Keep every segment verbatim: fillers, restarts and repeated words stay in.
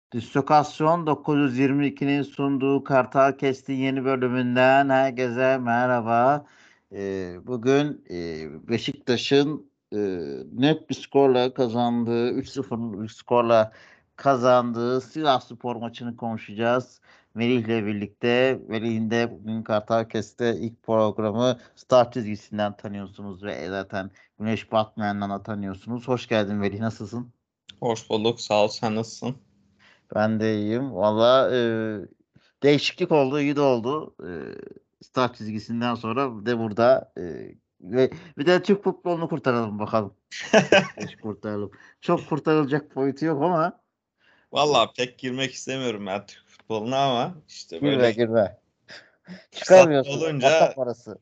Dislokasyon dokuz yüz yirmi ikinin sunduğu Kartal Kest'in yeni bölümünden herkese merhaba. Ee, bugün e, Beşiktaş'ın e, net bir skorla kazandığı, üç sıfırlık bir skorla kazandığı Sivasspor maçını konuşacağız. Melih'le birlikte. Melih'in de bugün Kartal Kest'te ilk programı start çizgisinden tanıyorsunuz ve zaten Güneş Batmayan'dan da tanıyorsunuz. Hoş geldin Melih, nasılsın? Hoş bulduk. Sağ ol. Sen nasılsın? Ben de iyiyim. Valla e, değişiklik oldu, iyi de oldu. E, start çizgisinden sonra de burada e, ve bir de Türk futbolunu kurtaralım bakalım. Beş kurtaralım. Çok kurtarılacak boyutu yok ama e, Vallahi pek girmek istemiyorum ben Türk futboluna ama işte böyle girme girme. fırsat Çıkarmıyorsun. Masa olunca parası.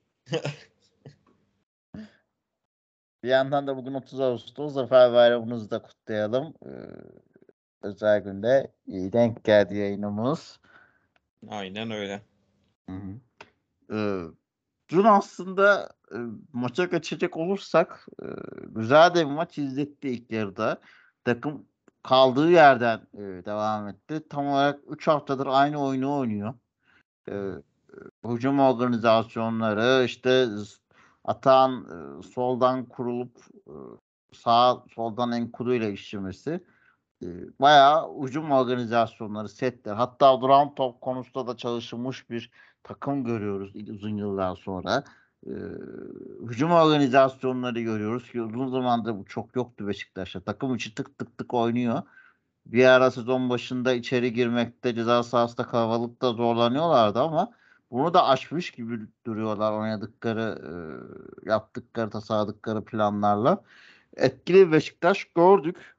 Bir yandan da bugün otuz Ağustos Zafer Bayramımızı da kutlayalım. E, özel günde iyi denk geldi yayınımız. aynen öyle. Hı hı. E, Dün aslında e, maça geçecek olursak e, güzel de bir maç izletti ilk yarıda. Takım kaldığı yerden e, devam etti. Tam olarak üç haftadır aynı oyunu oynuyor. E, Hücum organizasyonları işte z- Atağın e, soldan kurulup e, sağ soldan Enkudu ile işlemesi. E, bayağı hücum organizasyonları, setler. Hatta duran top konusunda da çalışılmış bir takım görüyoruz uzun yıllar sonra. E, Hücum organizasyonları görüyoruz ki uzun zamandır bu çok yoktu Beşiktaş'ta. Takım içi tık tık tık oynuyor. Bir ara sezon başında içeri girmekte, ceza sahasında kalabalıkta zorlanıyorlardı ama bunu da aşmış gibi duruyorlar oynadıkları, e, yaptıkları, tasarladıkları planlarla. Etkili bir Beşiktaş gördük.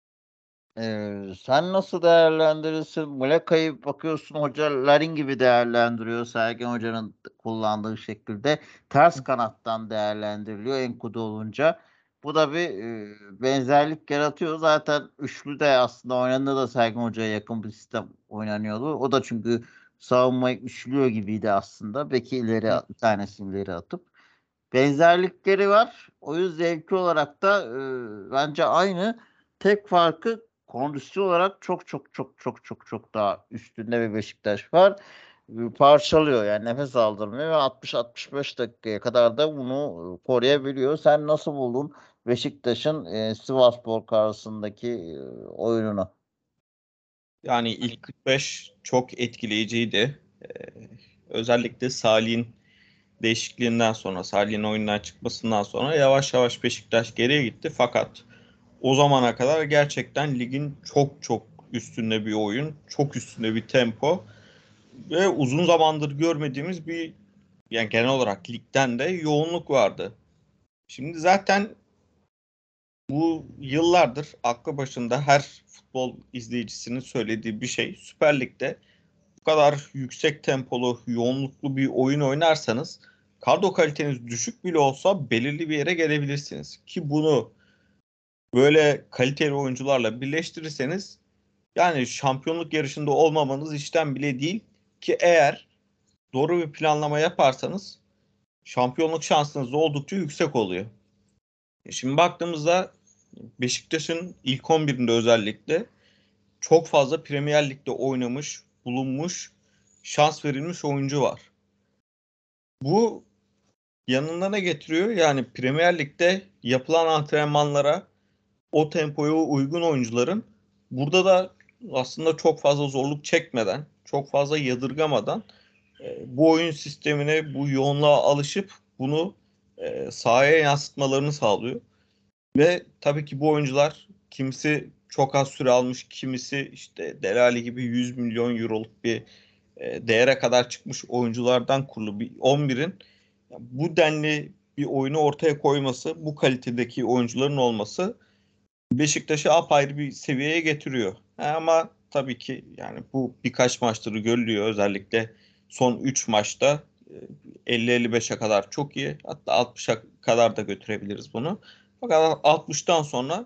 Ee, sen nasıl değerlendirirsin? Muleka'yı bakıyorsun, hoca Larin gibi değerlendiriyor. Sergen Hoca'nın kullandığı şekilde ters kanattan değerlendiriliyor Enkudu olunca. Bu da bir e, benzerlik yaratıyor. Zaten üçlü de aslında oynandığı da Sergen Hoca'ya yakın bir sistem oynanıyordu. O da çünkü savunmayı üçlüyor gibiydi aslında. Beki ileri bir tanesini ileri atıp. Benzerlikleri var. Oyun zevki olarak da e, bence aynı. Tek farkı kondisyon olarak çok çok çok çok çok çok daha üstünde bir Beşiktaş var. E, Parçalıyor yani, nefes aldırmıyor ve altmış altmış beş dakikaya kadar da bunu e, koruyabiliyor. Sen nasıl buldun Beşiktaş'ın e, Sivasspor karşısındaki e, oyununu? Yani ilk kırk beş çok etkileyiciydi. Ee, özellikle Salih'in değişikliğinden sonra, Salih'in oyundan çıkmasından sonra yavaş yavaş Beşiktaş geriye gitti. Fakat o zamana kadar gerçekten ligin çok çok üstünde bir oyun, çok üstünde bir tempo ve uzun zamandır görmediğimiz bir, yani genel olarak ligden de yoğunluk vardı. Şimdi zaten bu yıllardır aklı başında her futbol izleyicisinin söylediği bir şey. Süper Lig'de bu kadar yüksek tempolu, yoğunluklu bir oyun oynarsanız kadro kaliteniz düşük bile olsa belirli bir yere gelebilirsiniz. Ki bunu böyle kaliteli oyuncularla birleştirirseniz yani şampiyonluk yarışında olmamanız işten bile değil ki eğer doğru bir planlama yaparsanız şampiyonluk şansınız da oldukça yüksek oluyor. E Şimdi baktığımızda Beşiktaş'ın ilk on birinde özellikle çok fazla Premier Lig'de oynamış, bulunmuş, şans verilmiş oyuncu var. Bu yanında ne getiriyor? Yani Premier Lig'de yapılan antrenmanlara o tempoya uygun oyuncuların burada da aslında çok fazla zorluk çekmeden, çok fazla yadırgamadan e, bu oyun sistemine, bu yoğunluğa alışıp bunu e, sahaya yansıtmalarını sağlıyor. Ve tabii ki bu oyuncular kimisi çok az süre almış, kimisi işte Delali gibi yüz milyon euroluk bir e, değere kadar çıkmış oyunculardan kurulu bir on birin bu denli bir oyunu ortaya koyması, bu kalitedeki oyuncuların olması Beşiktaş'ı apayrı bir seviyeye getiriyor. Ama tabii ki yani bu birkaç maçtır görülüyor. Özellikle son üç maçta elli elli beşe kadar çok iyi. Hatta altmışa kadar da götürebiliriz bunu. Fakat altmıştan sonra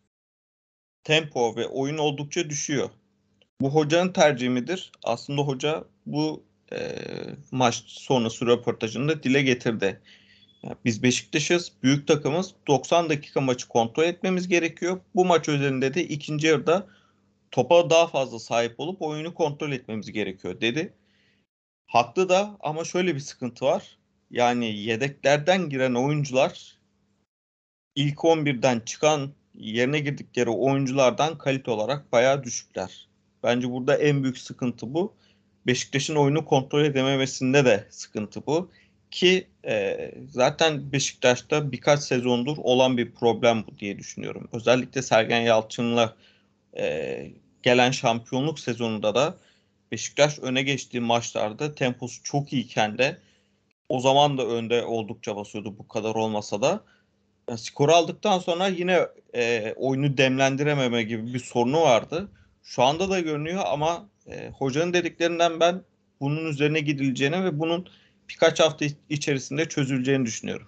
tempo ve oyun oldukça düşüyor. Bu hocanın tercihi midir? Aslında hoca bu e, maç sonrası röportajında dile getirdi. Yani biz Beşiktaş'ız, büyük takımız. doksan dakika maçı kontrol etmemiz gerekiyor. Bu maç üzerinde de ikinci yarıda topa daha fazla sahip olup oyunu kontrol etmemiz gerekiyor dedi. Haklı da ama şöyle bir sıkıntı var. Yani yedeklerden giren oyuncular ilk on birden çıkan yerine girdikleri oyunculardan kalite olarak bayağı düşükler. Bence burada en büyük sıkıntı bu. Beşiktaş'ın oyunu kontrol edememesinde de sıkıntı bu. Ki e, zaten Beşiktaş'ta birkaç sezondur olan bir problem bu diye düşünüyorum. Özellikle Sergen Yalçın'la e, gelen şampiyonluk sezonunda da Beşiktaş öne geçtiği maçlarda temposu çok iyiken de o zaman da önde oldukça basıyordu bu kadar olmasa da. Ya, skoru aldıktan sonra yine e, oyunu demlendirememe gibi bir sorunu vardı. Şu anda da görünüyor ama e, hocanın dediklerinden ben bunun üzerine gidileceğini ve bunun birkaç hafta içerisinde çözüleceğini düşünüyorum.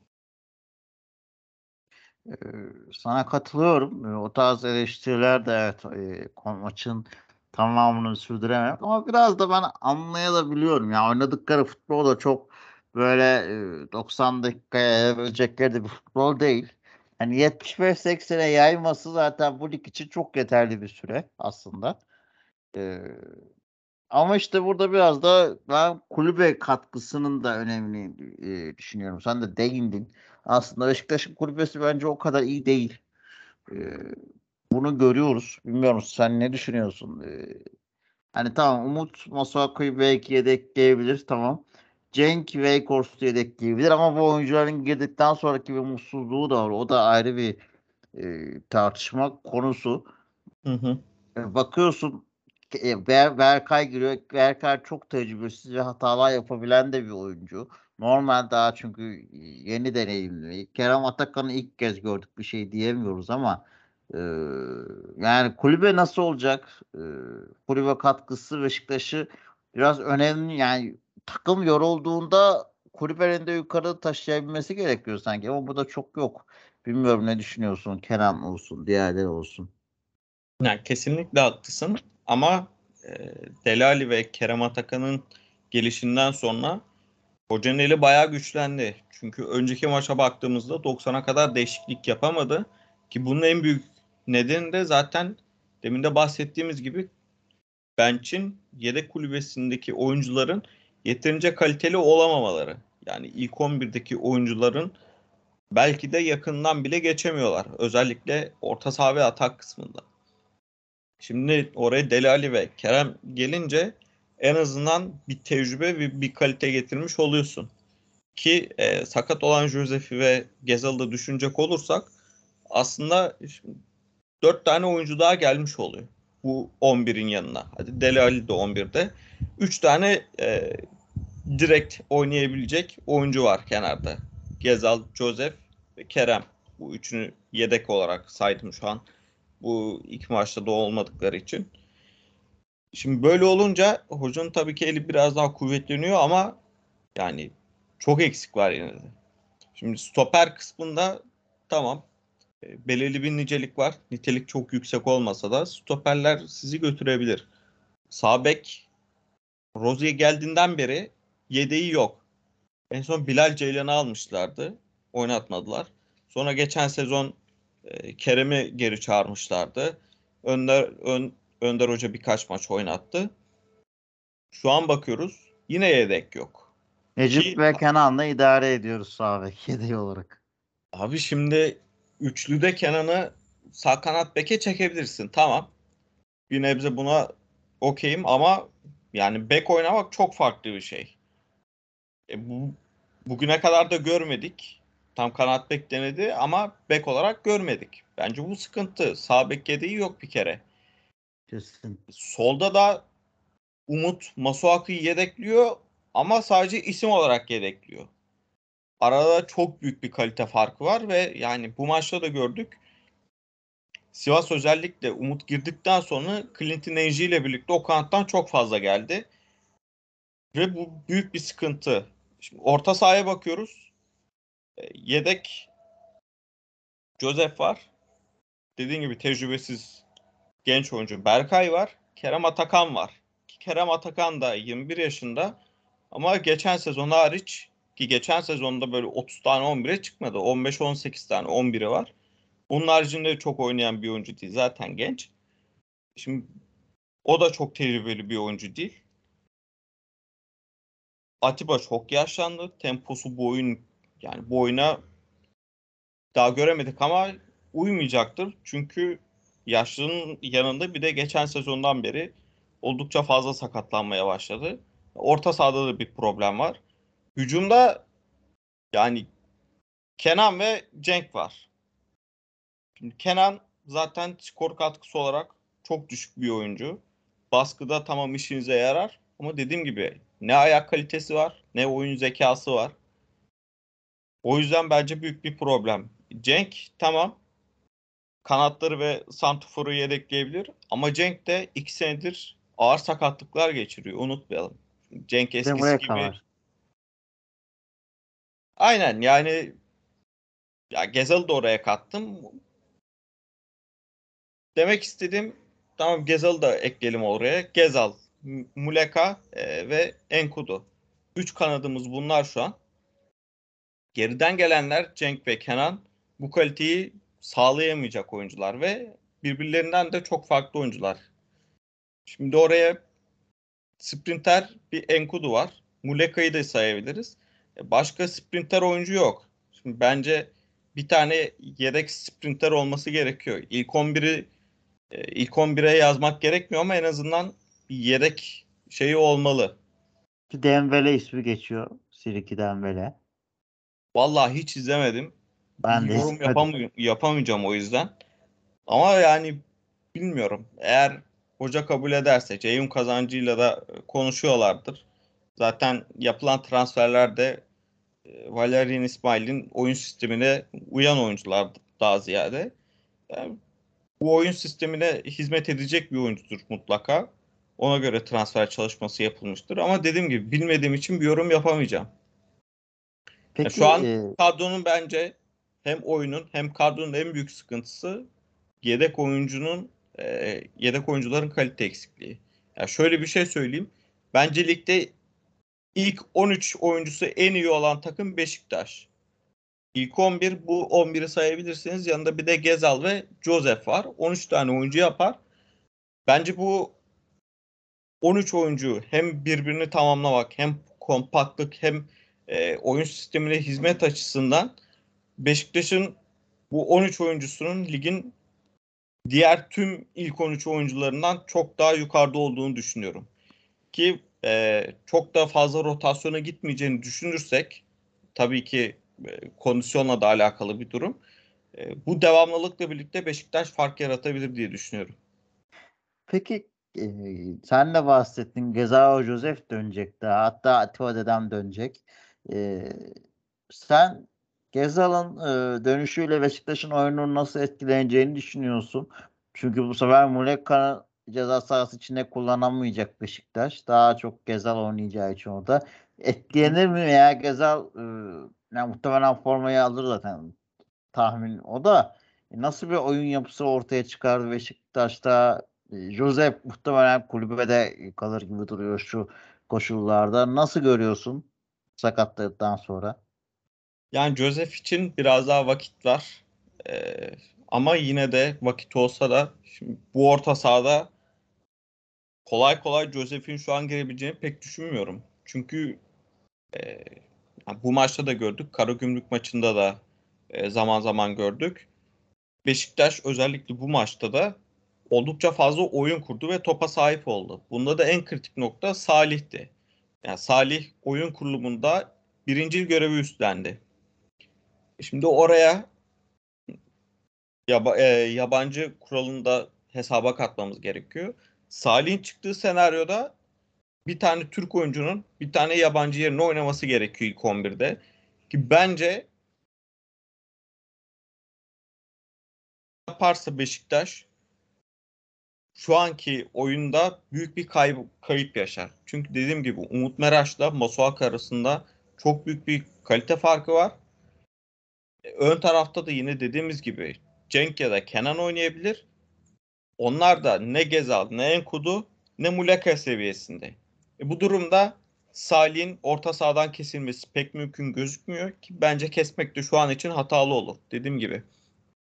Ee, Sana katılıyorum. Ee, O tarz eleştiriler de evet, e, kon- maçın tamamını sürdürememek ama biraz da ben anlayabiliyorum. Yani oynadıkları futbol da çok böyle e, doksan dakikaya evebilecekleri de bir futbol değil. Hani yetmiş beş seksene yayması zaten bu lig için çok yeterli bir süre aslında. Ee, Ama işte burada biraz da ben kulübe katkısının da önemli e, düşünüyorum. Sen de değindin. Aslında Beşiktaş'ın kulübesi bence o kadar iyi değil. E, Bunu görüyoruz. Bilmiyorum sen ne düşünüyorsun? E, hani tamam Umut Masuaku'yu belki yedekleyebilir tamam. Cenk Weghorst'u yedekleyebilir ama bu oyuncuların girdikten sonraki bir mutsuzluğu da var. O da ayrı bir e, tartışma konusu. Hı hı. E, Bakıyorsun e, Ber Berkay giriyor. Berkay çok tecrübesiz ve hatalar yapabilen de bir oyuncu. Normal daha çünkü yeni deneyimli. Kerem Atakan'ı ilk kez gördük bir şey diyemiyoruz ama e, yani kulübe nasıl olacak? E, kulübe katkısı Beşiktaş'ı biraz önemli. Yani takım yorulduğunda kulübenin de yukarı taşıyabilmesi gerekiyor sanki ama bu da çok yok. Bilmiyorum ne düşünüyorsun Kenan olsun, diğerleri olsun. Yani kesinlikle haklısın ama e, Delali ve Kerem Atakan'ın gelişinden sonra hocanın eli bayağı güçlendi. Çünkü önceki maça baktığımızda doksana kadar değişiklik yapamadı. Ki bunun en büyük nedeni de zaten demin de bahsettiğimiz gibi bench'in yedek kulübesindeki oyuncuların yeterince kaliteli olamamaları. Yani ilk on birdeki oyuncuların belki de yakından bile geçemiyorlar. Özellikle orta saha ve atak kısmında. Şimdi oraya Deli Ali ve Kerem gelince en azından bir tecrübe ve bir kalite getirmiş oluyorsun. Ki e, sakat olan Josef'i ve Gezal'ı da düşünecek olursak aslında dört tane oyuncu daha gelmiş oluyor. Bu on birin yanına. Hadi Dele Alli de on birde. üç tane e, direkt oynayabilecek oyuncu var kenarda. Gezal, Josef ve Kerem. Bu üçünü yedek olarak saydım şu an. Bu iki maçta da olmadıkları için. Şimdi böyle olunca hocanın tabii ki eli biraz daha kuvvetleniyor ama yani çok eksik var yine de. Şimdi stoper kısmında tamam, e, belirli bir nicelik var. Nitelik çok yüksek olmasa da stoperler sizi götürebilir. Sağ bek Rozier geldiğinden beri yedeği yok. En son Bilal Ceylan'ı almışlardı. Oynatmadılar. Sonra geçen sezon e, Kerem'i geri çağırmışlardı. Önder, Ön- Önder Hoca birkaç maç oynattı. Şu an bakıyoruz yine yedek yok. Necip Ki ve Kenan'la idare ediyoruz sağ bek yedeği olarak. abi şimdi üçlüde Kenan'ı sağ kanat beke çekebilirsin. Tamam. Bir nebze buna okeyim ama yani bek oynamak çok farklı bir şey. E bu bugüne kadar da görmedik. Tam kanat bek denedi ama bek olarak görmedik. Bence bu sıkıntı. Sağ bek yedeği yok bir kere. Kesin. Solda da Umut Masuaku'yu yedekliyor ama sadece isim olarak yedekliyor. Arada çok büyük bir kalite farkı var ve yani bu maçta da gördük. Sivas özellikle Umut girdikten sonra Clinton Enji ile birlikte o kanattan çok fazla geldi. Ve bu büyük bir sıkıntı. Şimdi orta sahaya bakıyoruz. E, Yedek Josef var. Dediğim gibi tecrübesiz genç oyuncu Berkay var. Kerem Atakan var. Ki Kerem Atakan da yirmi bir yaşında. Ama geçen sezon hariç ki geçen sezonda böyle otuz tane on bire çıkmadı. on beş on sekiz tane on biri var. Onun haricinde çok oynayan bir oyuncu değil. Zaten genç. Şimdi o da çok tecrübeli bir oyuncu değil. Atiba çok yaşlandı. Temposu bu oyun yani bu oyuna daha göremedik ama uymayacaktır. Çünkü yaşlının yanında bir de geçen sezondan beri oldukça fazla sakatlanmaya başladı. Orta sahada da bir problem var. Hücumda yani Kenan ve Cenk var. Şimdi Kenan zaten skor katkısı olarak çok düşük bir oyuncu. Baskıda tamam işinize yarar ama dediğim gibi ne ayak kalitesi var ne oyun zekası var. O yüzden bence büyük bir problem. Cenk tamam kanatları ve santrforu yedekleyebilir ama Cenk de iki senedir ağır sakatlıklar geçiriyor. Unutmayalım. Cenk Bir de eskisi Muleka gibi var. aynen yani ya Gezal'ı da oraya kattım. Demek istediğim tamam Gezal'ı da ekleyelim oraya. Gezal, M- Muleka e, ve Enkudu. Üç kanadımız bunlar şu an. Geriden gelenler Cenk ve Kenan bu kaliteyi sağlayamayacak oyuncular ve birbirlerinden de çok farklı oyuncular. Şimdi oraya sprinter bir Enkudu var. Muleka'yı da sayabiliriz. E, Başka sprinter oyuncu yok. Şimdi bence bir tane yedek sprinter olması gerekiyor. İlk on biri e, ilk on bire yazmak gerekmiyor ama en azından bir yedek şeyi olmalı. Ki Dembele ismi geçiyor. Siriki Dembele. Vallahi hiç izlemedim. Bir Ben de yorum izlemedim. yapamay- yapamayacağım o yüzden. Ama yani bilmiyorum. Eğer hoca kabul ederse Ceyhun Kazancı'yla da konuşuyorlardır. Zaten yapılan transferlerde e, Valerian İsmail'in oyun sistemine uyan oyuncular daha ziyade. Yani bu oyun sistemine hizmet edecek bir oyuncudur mutlaka. Ona göre transfer çalışması yapılmıştır. Ama dediğim gibi bilmediğim için bir yorum yapamayacağım. Yani Peki şu an e, kadronun bence hem oyunun hem kadronun en büyük sıkıntısı yedek oyuncunun e, yedek oyuncuların kalite eksikliği. Yani şöyle bir şey söyleyeyim. Bence ligde ilk on üç oyuncusu en iyi olan takım Beşiktaş. İlk on bir bu on biri sayabilirsiniz. Yanında bir de Gezal ve Joseph var. on üç tane oyuncu yapar. Bence bu on üç oyuncu hem birbirini tamamlamak hem kompaktlık hem e, oyun sistemine hizmet açısından Beşiktaş'ın bu on üç oyuncusunun ligin diğer tüm ilk on üç oyuncularından çok daha yukarıda olduğunu düşünüyorum. Ki e, çok da fazla rotasyona gitmeyeceğini düşünürsek tabii ki e, kondisyonla da alakalı bir durum. E, bu devamlılıkla birlikte Beşiktaş fark yaratabilir diye düşünüyorum. peki e, sen de bahsettin. Gezao Joseph dönecek daha. Hatta Atiba Dedem dönecek. E, sen Gezal'ın e, dönüşüyle Beşiktaş'ın oyununu nasıl etkileneceğini düşünüyorsun? Çünkü bu sefer Muleka'nın ceza sahası içinde kullanamayacak Beşiktaş. Daha çok Gezal oynayacağı için orada. Hı hı. Etkilenir mi veya Gezal e, yani muhtemelen formayı alır zaten tahmin o da e, nasıl bir oyun yapısı ortaya çıkardı Beşiktaş'ta. E, Josep muhtemelen kulübede kalır gibi duruyor şu koşullarda. Nasıl görüyorsun sakatlıktan sonra? Yani Joseph için biraz daha vakit var. E, Ama yine de vakit olsa da şimdi bu orta sahada kolay kolay Joseph'in şu an girebileceğini pek düşünmüyorum. Çünkü e, yani bu maçta da gördük. Karagümrük maçında da e, zaman zaman gördük. Beşiktaş özellikle bu maçta da oldukça fazla oyun kurdu ve topa sahip oldu. Bunda da en kritik nokta Salih'ti. Yani Salih oyun kurulumunda birincil görevi üstlendi. Şimdi oraya yaba- e, yabancı kuralını da hesaba katmamız gerekiyor. Salih'in çıktığı senaryoda bir tane Türk oyuncunun bir tane yabancı yerine oynaması gerekiyor ilk on birde. Ki bence yaparsa Beşiktaş şu anki oyunda büyük bir kayıp, kayıp yaşar. Çünkü dediğim gibi Umut Meraş'la Masuaku arasında çok büyük bir kalite farkı var. E, Ön tarafta da yine dediğimiz gibi Cenk ya da Kenan oynayabilir. Onlar da ne Gezal, ne Enkudu, ne Muleka seviyesinde. E, bu durumda Salih'in orta sahadan kesilmesi pek mümkün gözükmüyor ki bence kesmek de şu an için hatalı olur. Dediğim gibi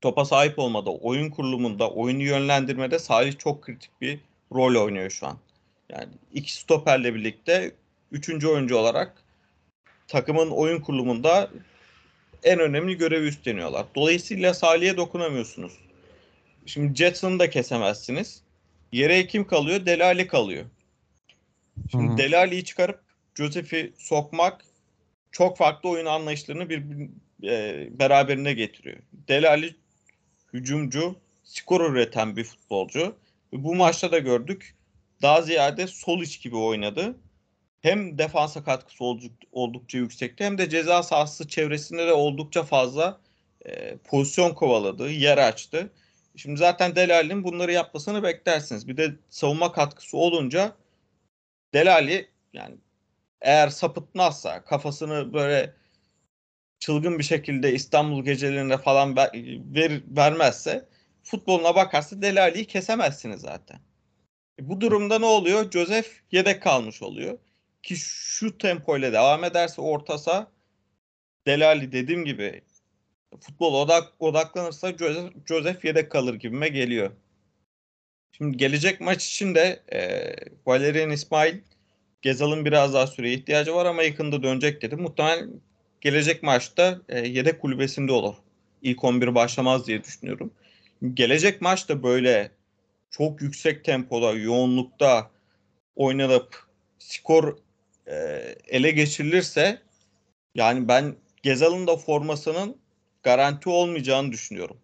topa sahip olmada, oyun kurulumunda, oyunu yönlendirmede Salih çok kritik bir rol oynuyor şu an. Yani iki stoperle birlikte üçüncü oyuncu olarak takımın oyun kurulumunda en önemli görevi üstleniyorlar. Dolayısıyla Salih'e dokunamıyorsunuz. Şimdi Jetson'ı da kesemezsiniz. Yere kim kalıyor? Dele Alli kalıyor. Hı Şimdi hı. Dele Alli'yi çıkarıp Josef'i sokmak çok farklı oyun anlayışlarını bir, e, beraberine getiriyor. Dele Alli hücumcu, skor üreten bir futbolcu. Bu maçta da gördük. Daha ziyade sol iç gibi oynadı. Hem defansa katkısı oldukça yüksekti hem de ceza sahası çevresinde de oldukça fazla e, pozisyon kovaladı, yer açtı. Şimdi zaten Dele Alli'nin bunları yapmasını beklersiniz. Bir de savunma katkısı olunca Dele Alli yani eğer sapıtmazsa, kafasını böyle çılgın bir şekilde İstanbul gecelerinde falan ver, ver- vermezse, futboluna bakarsa Dele Alli'yi kesemezsiniz zaten. E, bu durumda ne oluyor? Joseph yedek kalmış oluyor. Ki şu tempoyla devam ederse orta saha, Dele Alli dediğim gibi futbol odak, odaklanırsa Joseph, Joseph yedek kalır gibime geliyor. Şimdi gelecek maç için de e, Valerian İsmail, Gezal'ın biraz daha süreye ihtiyacı var ama yakında dönecek dedi. Muhtemelen gelecek maçta e, yedek kulübesinde olur. İlk on bir başlamaz diye düşünüyorum. Gelecek maçta böyle çok yüksek tempoda, yoğunlukta oynanıp skor e, ele geçirilirse yani ben Gezal'ın da formasının garanti olmayacağını düşünüyorum.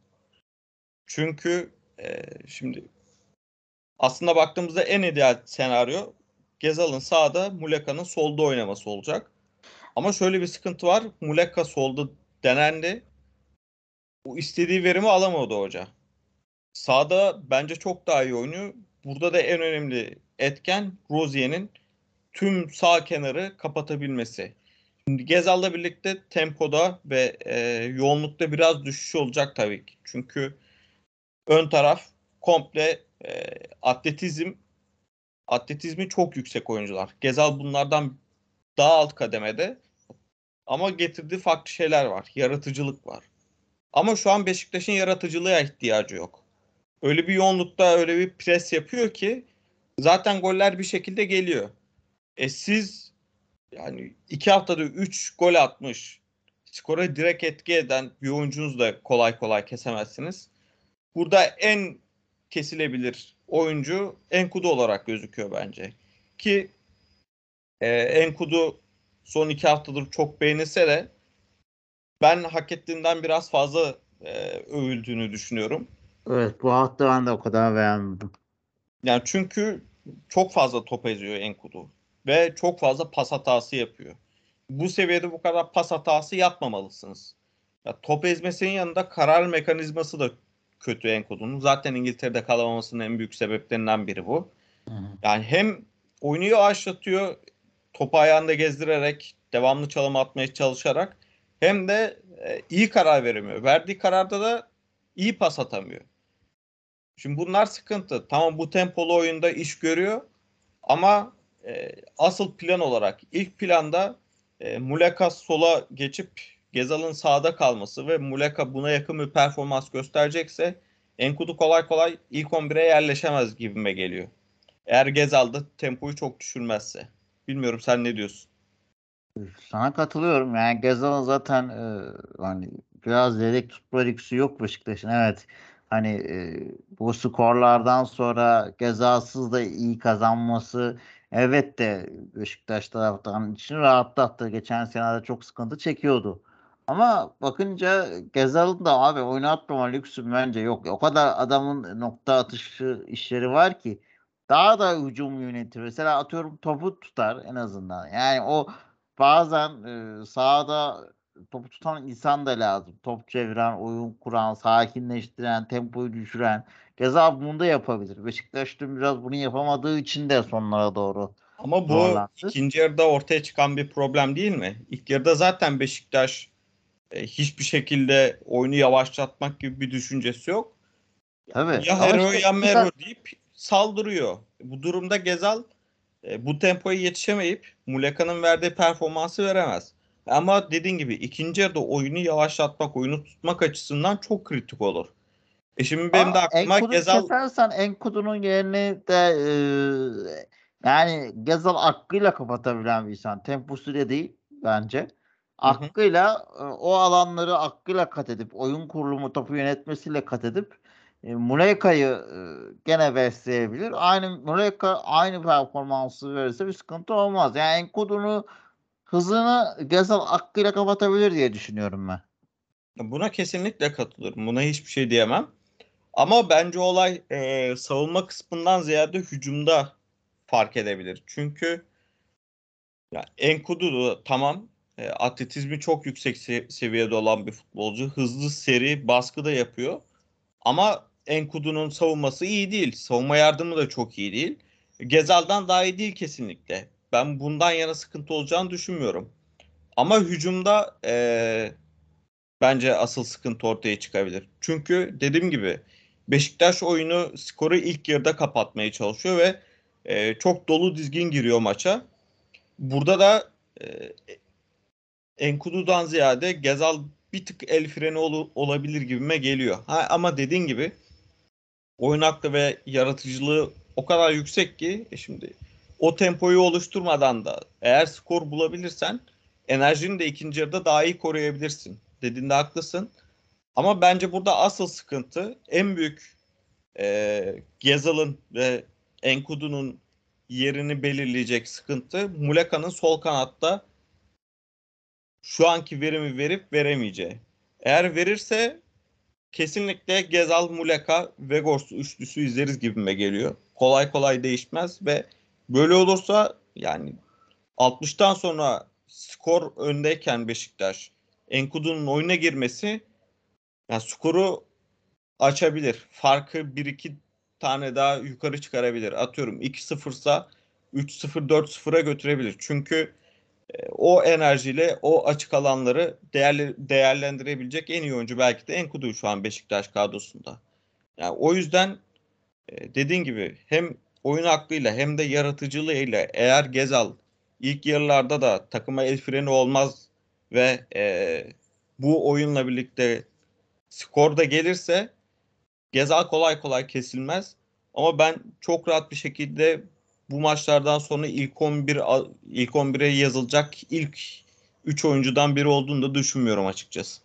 Çünkü e, şimdi aslında baktığımızda en ideal senaryo Gezal'ın sağda, Muleka'nın solda oynaması olacak. Ama şöyle bir sıkıntı var. Muleka solda denendi. Bu istediği verimi alamadı hoca. Sağda bence çok daha iyi oynuyor. Burada da en önemli etken Rozier'in tüm sağ kenarı kapatabilmesi. Şimdi Gezal'la birlikte tempoda ve e, yoğunlukta biraz düşüş olacak tabii ki. Çünkü ön taraf komple e, atletizm atletizmi çok yüksek oyuncular. Gezal bunlardan daha alt kademede ama getirdiği farklı şeyler var. Yaratıcılık var. Ama şu an Beşiktaş'ın yaratıcılığa ihtiyacı yok. Öyle bir yoğunlukta öyle bir pres yapıyor ki zaten goller bir şekilde geliyor. E siz yani iki haftada üç gol atmış, skora direkt etki eden bir oyuncunuz da kolay kolay kesemezsiniz. Burada en kesilebilir oyuncu Enkudu olarak gözüküyor bence. Ki e, Enkudu son iki haftadır çok beğenilse de ben hak ettiğinden biraz fazla e, övüldüğünü düşünüyorum. Evet, bu hafta ben de o kadar beğenmedim. Yani çünkü çok fazla top eziyor Enkudu ve çok fazla pas hatası yapıyor. Bu seviyede bu kadar pas hatası yapmamalısınız. Ya, top ezmesinin yanında karar mekanizması da kötü Enkudu'nun. Zaten İngiltere'de kalamamasının en büyük sebeplerinden biri bu. Hı hı. Yani hem oyunu yavaşlatıyor, topu ayağında gezdirerek, devamlı çalım atmaya çalışarak hem de e, iyi karar veremiyor. Verdiği kararda da iyi pas atamıyor. Şimdi bunlar sıkıntı. Tamam, bu tempolu oyunda iş görüyor ama e, asıl plan olarak ilk planda e, Muleka sola geçip Gezal'ın sağda kalması ve Muleka buna yakın bir performans gösterecekse Enkudu kolay kolay ilk on bire yerleşemez gibime geliyor. Eğer Gezal da tempoyu çok düşürmezse. Bilmiyorum, sen ne diyorsun? Sana katılıyorum. Yani Gezal'ın zaten e, hani biraz yedek tutma lüksü yok Beşiktaş'ın. Evet. Hani e, bu skorlardan sonra Gezal'sız da iyi kazanması evet de Beşiktaş taraftarının için rahatlattı. Geçen sene de çok sıkıntı çekiyordu. Ama bakınca Gezal'ın da abi oynatmama lüksü bence yok. O kadar adamın nokta atışı işleri var ki daha da hücum yönetir. Mesela atıyorum topu tutar en azından. Yani o bazen e, sahada topu tutan insan da lazım. Top çeviren, oyun kuran, sakinleştiren, tempoyu düşüren. Keza bunu da yapabilir. Beşiktaş dün biraz bunu yapamadığı için de sonlara doğru Ama bu zorlandı. ikinci yarıda ortaya çıkan bir problem değil mi? İlk yarıda zaten Beşiktaş e, hiçbir şekilde oyunu yavaşlatmak gibi bir düşüncesi yok. Tabii. Ya Ama hero işte ya ilk, mero deyip saldırıyor. Bu durumda Gezal e, bu tempoya yetişemeyip Muleka'nın verdiği performansı veremez. Ama dediğin gibi ikinci yarıda oyunu yavaşlatmak, oyunu tutmak açısından çok kritik olur. E şimdi benim de Ama aklıma Enkudu'yu Gezal. kesersen Enkudu'nun yerini de e, yani Gezal aklıyla kapatabilen bir insan. Temposuyla değil bence. Hı hı. Aklıyla e, o alanları aklıyla kat edip oyun kurulumu topu yönetmesiyle kat edip e, Muleka'yı e, gene besleyebilir. Aynı Muleka aynı performansı verirse bir sıkıntı olmaz. Yani Enkudu'nun hızını Gezal aklıyla kapatabilir diye düşünüyorum ben. Buna kesinlikle katılıyorum. Buna hiçbir şey diyemem. Ama bence olay e, savunma kısmından ziyade hücumda fark edebilir. Çünkü ya Enkudu da tamam, e, atletizmi çok yüksek se- seviyede olan bir futbolcu. Hızlı, seri, baskı da yapıyor. Ama Enkudu'nun savunması iyi değil. Savunma yardımı da çok iyi değil. Gezal'dan daha iyi değil kesinlikle. Ben bundan yana sıkıntı olacağını düşünmüyorum. Ama hücumda e, bence asıl sıkıntı ortaya çıkabilir. Çünkü dediğim gibi Beşiktaş oyunu skoru ilk yarıda kapatmaya çalışıyor ve e, çok dolu dizgin giriyor maça. Burada da e, Enkudu'dan ziyade Gezal bir tık el freni ol- olabilir gibime geliyor. Ha, ama dediğin gibi oyun aklı ve yaratıcılığı o kadar yüksek ki e şimdi o tempoyu oluşturmadan da eğer skor bulabilirsen enerjini de ikinci yarıda daha iyi koruyabilirsin. Dediğinde haklısın. Ama bence burada asıl sıkıntı en büyük e, Gezal'ın ve Enkudu'nun yerini belirleyecek sıkıntı Muleka'nın sol kanatta şu anki verimi verip veremeyeceği. Eğer verirse kesinlikle Gezal, Muleka, Weghorst üçlüsü izleriz gibime geliyor. Kolay kolay değişmez ve böyle olursa yani altmıştan sonra skor öndeyken Beşiktaş Enkudu'nun oyuna girmesi yani skoru açabilir. Farkı bir iki tane daha yukarı çıkarabilir. Atıyorum iki sıfırsa üç sıfır dört sıfıra götürebilir. Çünkü e, o enerjiyle o açık alanları değerli, değerlendirebilecek en iyi oyuncu belki de Enkudu şu an Beşiktaş kadrosunda. Yani o yüzden e, dediğin gibi hem oyun aklıyla hem de yaratıcılığıyla eğer Gezal ilk yarılarda da takıma el freni olmaz ve e, bu oyunla birlikte skor da gelirse Gezal kolay kolay kesilmez. Ama ben çok rahat bir şekilde bu maçlardan sonra ilk on bir ilk on bire yazılacak ilk üç oyuncudan biri olduğunu da düşünmüyorum açıkçası.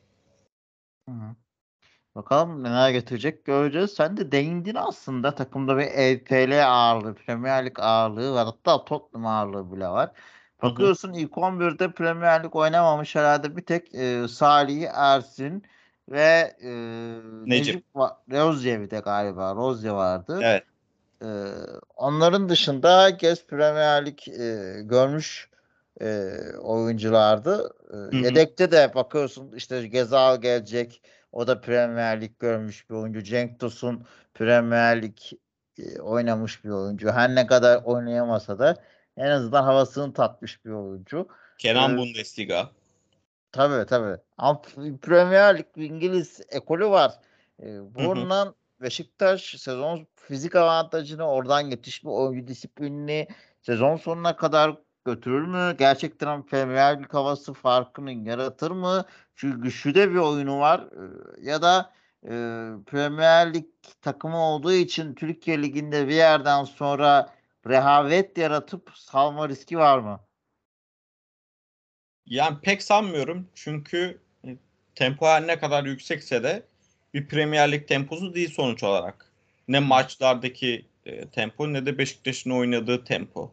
Hı hı. Bakalım neler getirecek göreceğiz. Sen de değindin aslında takımda bir E P L ağırlığı, Premier Lig ağırlığı var. Hatta Tottenham ağırlığı bile var. Hı hı. Bakıyorsun ilk on birde Premier Lig oynamamış herhalde bir tek e, Salih Ersin ve e, Necip. Necip va- Rozier de galiba. Rozier vardı. Evet. Ee, onların dışında herkes Premier Lig e, görmüş e, oyunculardı. Hı E, hı. yedekte de bakıyorsun işte Gezal gelecek. O da Premier Lig görmüş bir oyuncu. Cenk Tosun Premier Lig e, oynamış bir oyuncu. Her ne kadar oynayamasa da en azından havasını tatmış bir oyuncu. Kenan E, Bundesliga. Tabii tabii. Ama P- Premier Lig İngiliz ekolü var. Ee, Hı hı. bundan Beşiktaş sezon fizik avantajını oradan yetişme oyuncu disiplinini sezon sonuna kadar götürür mü? Gerçekten Premier Lig havası farkını yaratır mı? Çünkü güçlü de bir oyunu var. Ee, ya da e, Premier Lig takımı olduğu için Türkiye Ligi'nde bir yerden sonra rehavet yaratıp salma riski var mı? Yani pek sanmıyorum çünkü e, tempo her ne kadar yüksekse de bir Premier Lig temposu değil sonuç olarak. Ne Hı hı. maçlardaki e, tempo ne de Beşiktaş'ın oynadığı tempo.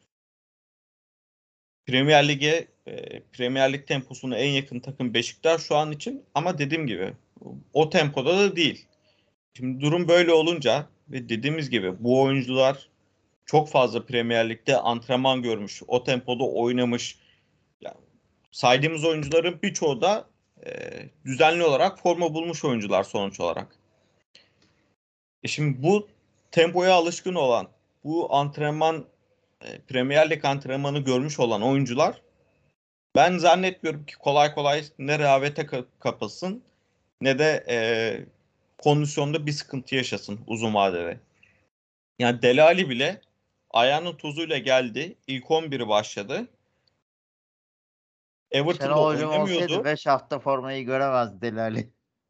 Premier Lig'e e, Premier Lig temposuna en yakın takım Beşiktaş şu an için ama dediğim gibi o tempoda da değil. Şimdi durum böyle olunca ve dediğimiz gibi bu oyuncular çok fazla Premier Lig'de antrenman görmüş, o tempoda oynamış. Yani saydığımız oyuncuların birçoğu da e, düzenli olarak forma bulmuş oyuncular sonuç olarak. E şimdi bu tempoya alışkın olan, bu antrenman e, Premier Lig antrenmanı görmüş olan oyuncular ben zannetmiyorum ki kolay kolay ne rehavete ka- kapılsın ne de e, kondisyonda bir sıkıntı yaşasın uzun vadede. Yani Dele Alli bile ayağının tozuyla geldi. İlk on biri başladı. Everton'da Şenol Hocam olsaydı oynamıyordu. beş hafta formayı göremezdi Delali.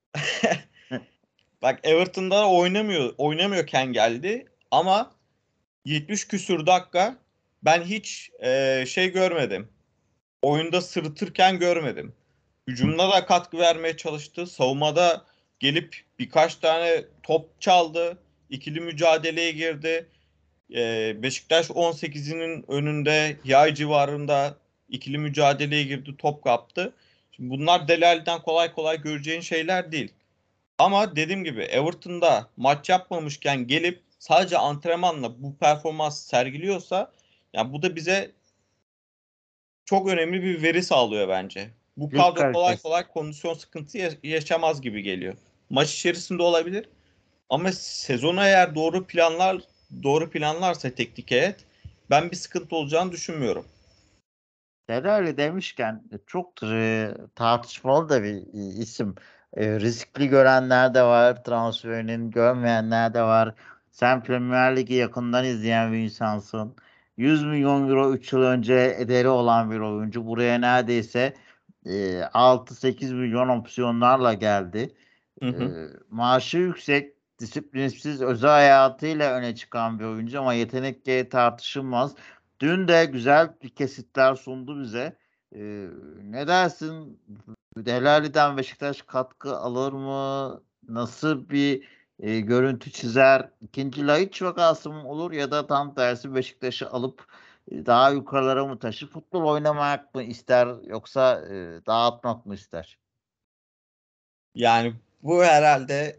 Bak Everton'da oynamıyor, oynamıyorken geldi ama yetmiş küsür dakika ben hiç e, şey görmedim. Oyunda sırıtırken görmedim. Hücumda da katkı vermeye çalıştı. Savunmada gelip birkaç tane top çaldı. İkili mücadeleye girdi. Ee, Beşiktaş on sekizinin önünde yay civarında ikili mücadeleye girdi. Top kaptı. Şimdi bunlar Delali'den kolay kolay göreceğin şeyler değil. Ama dediğim gibi Everton'da maç yapmamışken gelip sadece antrenmanla bu performans sergiliyorsa yani bu da bize çok önemli bir veri sağlıyor bence. Bu Lig kadro kolay kalitesi. kolay kondisyon sıkıntısı ya- yaşamaz gibi geliyor. Maç içerisinde olabilir ama sezonu eğer doğru planlar doğru planlarsa teknik heyet ben bir sıkıntı olacağını düşünmüyorum. Delali demişken e, çok e, tartışmalı da bir e, isim. E, riskli görenler de var, transferinin görmeyenler de var. Sen Premier Lig'i yakından izleyen bir insansın. yüz milyon euro üç yıl önce ederi olan bir oyuncu. Buraya neredeyse e, altı sekiz milyon opsiyonlarla geldi. Hı E, hı. Maaşı yüksek, disiplinsiz, özel hayatıyla öne çıkan bir oyuncu ama yetenek tartışılmaz. Dün de güzel bir kesitler sundu bize. Ee, Ne dersin? Delali'den Beşiktaş katkı alır mı? Nasıl bir e, görüntü çizer? İkinci Laiç vakası mı olur ya da tam tersi Beşiktaş'ı alıp e, daha yukarılara mı taşır? Futbol oynamak mı ister yoksa e, dağıtmak mı ister? Yani bu herhalde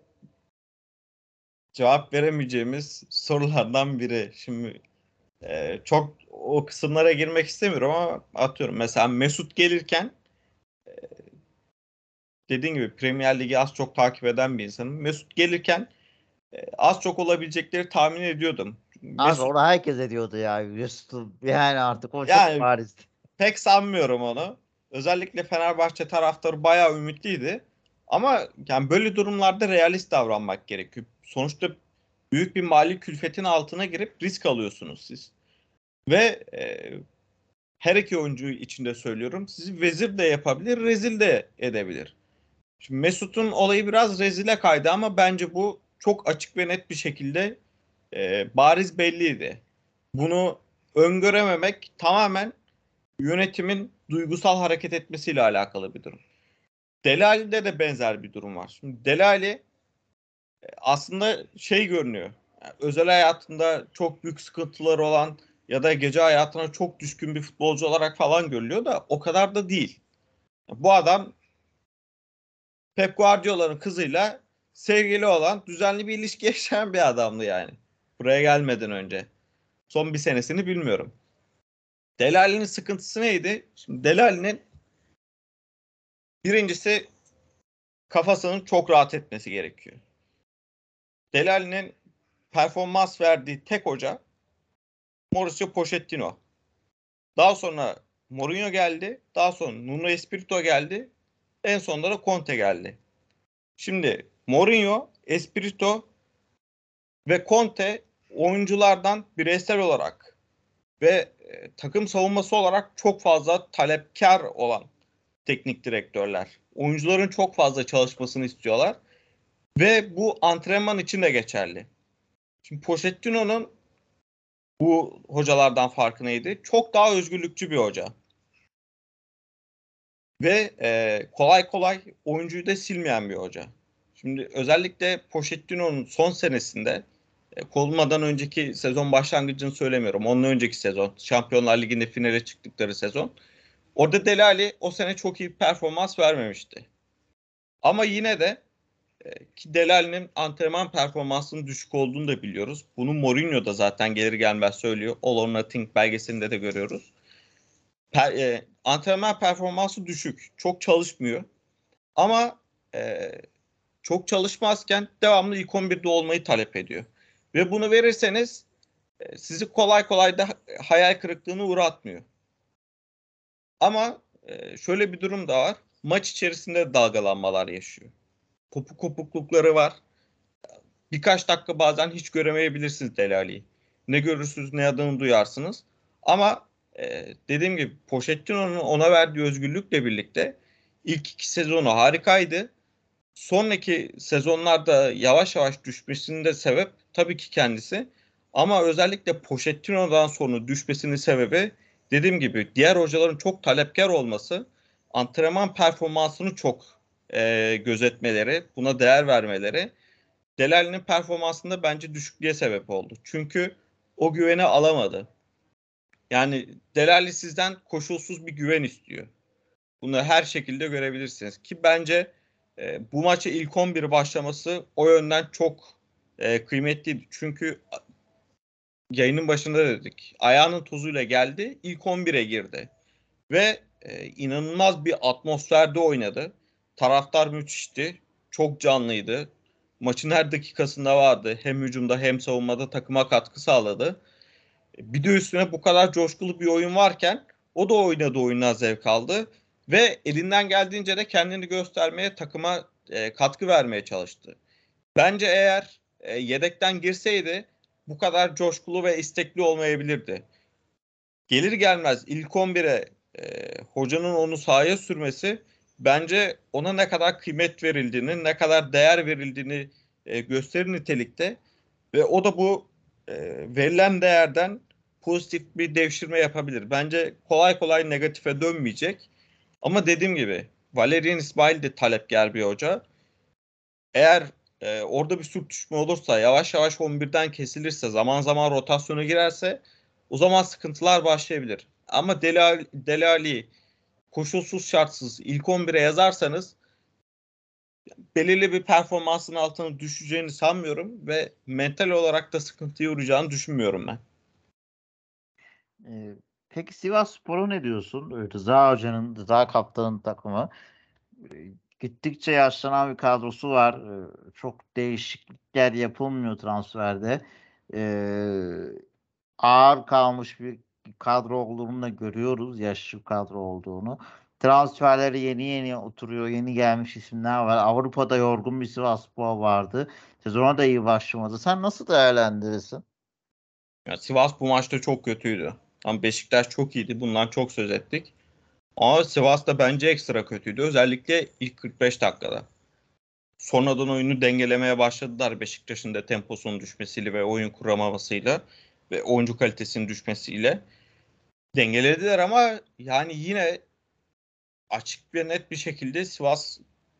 cevap veremeyeceğimiz sorulardan biri. Şimdi e, çok o kısımlara girmek istemiyorum ama atıyorum mesela Mesut gelirken dediğin gibi Premier Ligi az çok takip eden bir insanım. Mesut gelirken e, az çok olabilecekleri tahmin ediyordum. Abi Mesut onu herkes ediyordu ya. Mesut'un yani artık o çok yani bariz. pek sanmıyorum onu. Özellikle Fenerbahçe taraftarı bayağı ümitliydi. Ama yani böyle durumlarda realist davranmak gerekiyor. Sonuçta büyük bir mali külfetin altına girip risk alıyorsunuz siz. Ve e, her iki oyuncu için de söylüyorum. Sizi vezir de yapabilir, rezil de edebilir. Şimdi Mesut'un olayı biraz rezile kaydı ama bence bu çok açık ve net bir şekilde e, bariz belliydi. Bunu öngörememek tamamen yönetimin duygusal hareket etmesiyle alakalı bir durum. Delali'de de benzer bir durum var. Şimdi Delali e, aslında şey görünüyor. Yani özel hayatında çok büyük sıkıntıları olan ya da gece hayatına çok düşkün bir futbolcu olarak falan görülüyor da o kadar da değil. Bu adam Pep Guardiola'nın kızıyla sevgili olan düzenli bir ilişki yaşayan bir adamdı yani. Buraya gelmeden önce. Son bir senesini bilmiyorum. Delali'nin sıkıntısı neydi? Şimdi Delali'nin birincisi kafasının çok rahat etmesi gerekiyor. Delali'nin performans verdiği tek hoca Mauricio Pochettino. Daha sonra Mourinho geldi. Daha sonra Nuno Espirito geldi. En sonunda da Conte geldi. Şimdi Mourinho, Espirito ve Conte oyunculardan bireysel olarak ve e, takım savunması olarak çok fazla talepkar olan teknik direktörler. Oyuncuların çok fazla çalışmasını istiyorlar ve bu antrenman için de geçerli. Şimdi Pochettino'nun bu hocalardan farkı neydi? Çok daha özgürlükçü bir hoca. Ve e, kolay kolay oyuncuyu da silmeyen bir hoca. Şimdi özellikle Pochettino'nun son senesinde e, kovulmadan önceki sezon başlangıcını söylemiyorum. Ondan önceki sezon. Şampiyonlar Ligi'nde finale çıktıkları sezon. Orada Delali o sene çok iyi performans vermemişti. Ama yine de e, ki Delali'nin antrenman performansının düşük olduğunu da biliyoruz. Bunu Mourinho da zaten gelir gelmez söylüyor. All or Nothing belgeselinde de görüyoruz. Per, e, antrenman performansı düşük. Çok çalışmıyor. Ama e, çok çalışmazken devamlı ilk on birde olmayı talep ediyor. Ve bunu verirseniz e, sizi kolay kolay da hayal kırıklığına uğratmıyor. Ama e, şöyle bir durum da var. Maç içerisinde dalgalanmalar yaşıyor. Kopuk kopuklukları var. Birkaç dakika bazen hiç göremeyebilirsiniz Delali'yi. Ne görürsünüz ne adını duyarsınız. Ama Ee, dediğim gibi Pochettino'nun ona verdiği özgürlükle birlikte ilk iki sezonu harikaydı. Sonraki sezonlarda yavaş yavaş düşmesinin de sebep tabii ki kendisi. Ama özellikle Pochettino'dan sonra düşmesinin sebebi dediğim gibi diğer hocaların çok talepkar olması, antrenman performansını çok e, gözetmeleri, buna değer vermeleri Dele Alli'nin performansında bence düşüklüğe sebep oldu. Çünkü o güveni alamadı. Yani Dele Alli sizden koşulsuz bir güven istiyor. Bunu her şekilde görebilirsiniz. Ki bence e, bu maça ilk on bir başlaması o yönden çok e, kıymetliydi. Çünkü yayının başında dedik. Ayağının tozuyla geldi. İlk on bire girdi. Ve e, inanılmaz bir atmosferde oynadı. Taraftar müthişti. Çok canlıydı. Maçın her dakikasında vardı. Hem hücumda hem savunmada takıma katkı sağladı. Bir de üstüne bu kadar coşkulu bir oyun varken o da oynadığı oyundan zevk aldı. Ve elinden geldiğince de kendini göstermeye, takıma e, katkı vermeye çalıştı. Bence eğer e, yedekten girseydi bu kadar coşkulu ve istekli olmayabilirdi. Gelir gelmez ilk on bire e, hocanın onu sahaya sürmesi bence ona ne kadar kıymet verildiğini, ne kadar değer verildiğini e, gösterir nitelikte. Ve o da bu e, verilen değerden pozitif bir devşirme yapabilir. Bence kolay kolay negatife dönmeyecek. Ama dediğim gibi Valerian İsmail de talepkar bir hoca. Eğer e, orada bir sürtüşme olursa, yavaş yavaş on birden kesilirse, zaman zaman rotasyona girerse o zaman sıkıntılar başlayabilir. Ama Dele Alli, Dele Alli koşulsuz şartsız ilk on bire yazarsanız belirli bir performansın altına düşeceğini sanmıyorum ve mental olarak da sıkıntıya uğrayacağını düşünmüyorum ben. Ee, peki Sivasspor'a ne diyorsun? Ee, Rıza Hoca'nın, Rıza Kaptan'ın takımı. Ee, Gittikçe yaşlanan bir kadrosu var. Ee, Çok değişiklikler yapılmıyor transferde. Ee, Ağır kalmış bir kadro olduğunu da görüyoruz. Yaşlı bir kadro olduğunu. Transferleri yeni yeni oturuyor. Yeni gelmiş isimler var. Avrupa'da yorgun bir Sivasspor vardı. Sezona da iyi başlamadı. Sen nasıl değerlendirirsin? Yani Sivas bu maçta çok kötüydü. Ama Beşiktaş çok iyiydi. Bundan çok söz ettik. Ama Sivas da bence ekstra kötüydü. Özellikle ilk kırk beş dakikada. Sonradan oyunu dengelemeye başladılar Beşiktaş'ın da temposunun düşmesiyle ve oyun kuramamasıyla ve oyuncu kalitesinin düşmesiyle. Dengelediler ama yani yine açık ve net bir şekilde Sivas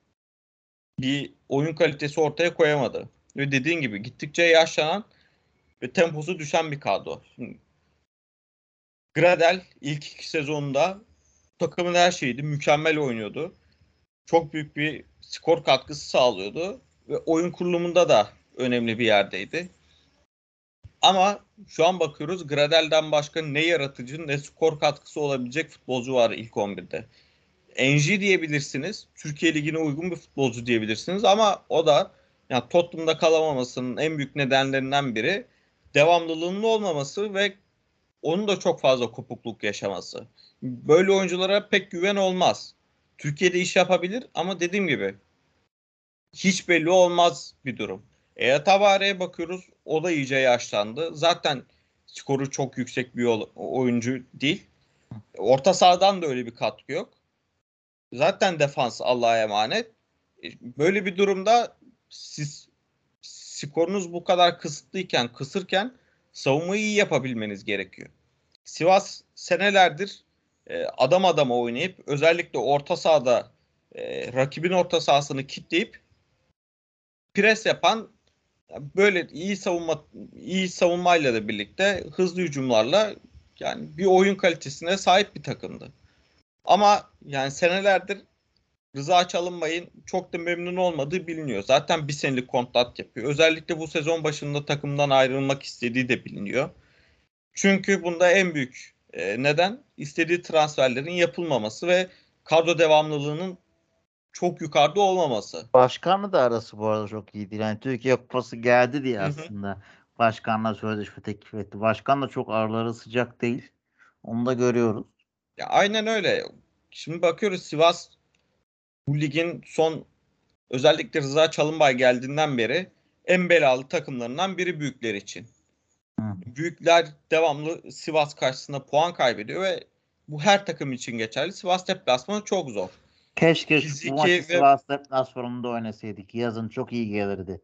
bir oyun kalitesi ortaya koyamadı. Ve dediğin gibi gittikçe yaşlanan ve temposu düşen bir kadro. Şimdi Gradel ilk iki sezonunda takımın her şeyiydi. Mükemmel oynuyordu. Çok büyük bir skor katkısı sağlıyordu. Ve oyun kurulumunda da önemli bir yerdeydi. Ama şu an bakıyoruz Gradel'den başka ne yaratıcı ne skor katkısı olabilecek futbolcu var ilk on birde. Enji diyebilirsiniz. Türkiye Ligi'ne uygun bir futbolcu diyebilirsiniz ama o da yani Tottenham'da kalamamasının en büyük nedenlerinden biri devamlılığının olmaması ve onun da çok fazla kopukluk yaşaması. Böyle oyunculara pek güven olmaz. Türkiye'de iş yapabilir ama dediğim gibi hiç belli olmaz bir durum. E Tabare'ye bakıyoruz. O da iyice yaşlandı. Zaten skoru çok yüksek bir oyuncu değil. Orta sahadan da öyle bir katkı yok. Zaten defans Allah'a emanet. E, Böyle bir durumda siz skorunuz bu kadar kısıtlıyken, kısırken savunmayı iyi yapabilmeniz gerekiyor. Sivas senelerdir e, adam adama oynayıp özellikle orta sahada e, rakibin orta sahasını kitleyip pres yapan böyle iyi savunma iyi savunmayla da birlikte hızlı hücumlarla yani bir oyun kalitesine sahip bir takımdı. Ama yani senelerdir Rıza Çalınbay'ın çok da memnun olmadığı biliniyor. Zaten bir senelik kontrat yapıyor. Özellikle bu sezon başında takımdan ayrılmak istediği de biliniyor. Çünkü bunda en büyük e, neden istediği transferlerin yapılmaması ve kadro devamlılığının çok yukarıda olmaması. Başkanla da arası bu arada çok iyiydi. Yani Türkiye Kupası geldi diye Hı hı. aslında başkanla sözleşme teklif etti. Başkan da çok araları sıcak değil. Onu da görüyoruz. Ya aynen öyle. Şimdi bakıyoruz Sivas bu ligin son özellikle Rıza Çalınbay geldiğinden beri en belalı takımlarından biri büyükler için. Hı. Büyükler devamlı Sivas karşısında puan kaybediyor ve bu her takım için geçerli. Sivas deplasmanı çok zor. Keşke şu, bu maçı Fiziki ve Sivas deplasmanında oynasaydık. Yazın çok iyi gelirdi.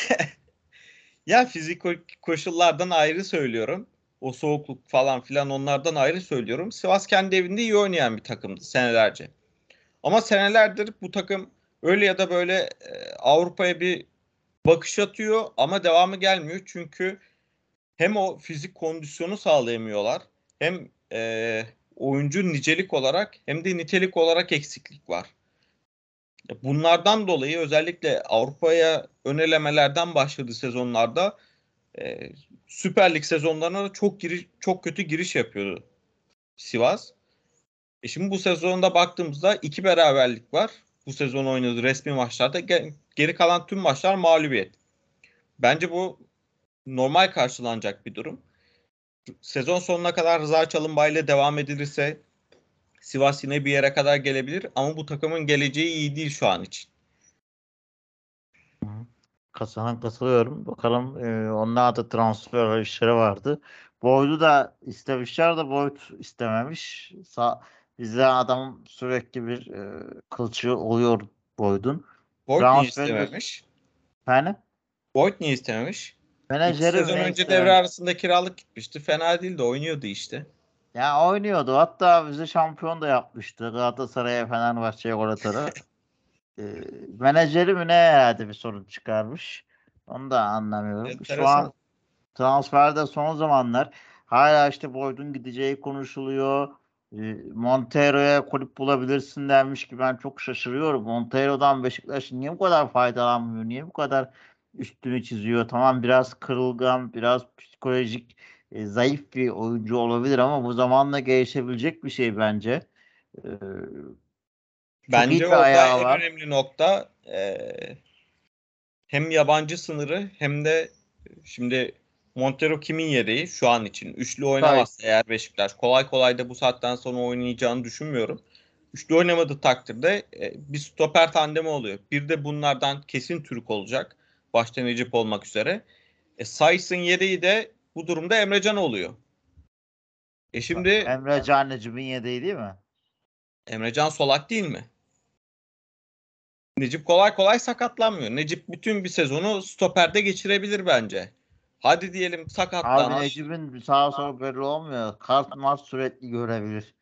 ya fizik ko- koşullardan ayrı söylüyorum. O soğukluk falan filan onlardan ayrı söylüyorum. Sivas kendi evinde iyi oynayan bir takımdı senelerce. Ama senelerdir bu takım öyle ya da böyle e, Avrupa'ya bir bakış atıyor ama devamı gelmiyor. Çünkü hem o fizik kondisyonu sağlayamıyorlar hem e, oyuncu nicelik olarak hem de nitelik olarak eksiklik var. Bunlardan dolayı özellikle Avrupa'ya ön elemelerden başladığı sezonlarda e, Süper Lig sezonlarına da çok giriş, çok kötü giriş yapıyordu Sivas. E şimdi bu sezonda baktığımızda iki beraberlik var. Bu sezon oynadığı resmi maçlarda ge- geri kalan tüm maçlar mağlubiyet. Bence bu normal karşılanacak bir durum. Sezon sonuna kadar Rıza Çalınbay devam edilirse Sivas yine bir yere kadar gelebilir ama bu takımın geleceği iyi değil şu an için. Hı. Kasanan katılıyorum. Bakalım e, onlar da transfer işleri vardı. Boyd'u da istemişler de Boyd istememiş. Sa bizde adam sürekli bir e, kılçığı oluyor Boyd'un. Boyd niye Transferi de istememiş? efendim, Boyd niye istememiş? İki menajeri mi sezon ne önce devre istememiş. arasında kiralık gitmişti. Fena değildi, oynuyordu işte. Ya oynuyordu. Hatta bizi şampiyon da yapmıştı. Galatasaray'a, Fenerbahçe'ye gol atarak. E, menajeri mi ne herhalde bir sorun çıkarmış. Onu da anlamıyorum. Şu Enteresan. an transferde son zamanlar hala işte Boyd'un gideceği konuşuluyor. E, Montero'ya kulüp bulabilirsin denmiş ki ben çok şaşırıyorum. Montero'dan Beşiktaş niye bu kadar faydalanmıyor? Niye bu kadar üstünü çiziyor? Tamam, biraz kırılgan, biraz psikolojik e, zayıf bir oyuncu olabilir ama bu zamanla gelişebilecek bir şey bence. E, çok iyi Bence bir orada ayağı en var. önemli nokta e, hem yabancı sınırı hem de şimdi Montero kimin yedeği şu an için? Üçlü Say. oynamazsa eğer Beşiktaş kolay kolay da bu saatten sonra oynayacağını düşünmüyorum. Üçlü oynamadığı takdirde e, bir stoper tandemi oluyor. Bir de bunlardan kesin Türk olacak. Başta Necip olmak üzere. E, Sais'in yedeği de bu durumda Emrecan oluyor. E şimdi Emre Can Necip'in yedeği değil mi? Emrecan Solak değil mi? Necip kolay kolay sakatlanmıyor. Necip bütün bir sezonu stoperde geçirebilir bence. Hadi diyelim Abi sakatlandı. Necip'in sağa sola belli olmuyor. Kart mart sürekli görebilir.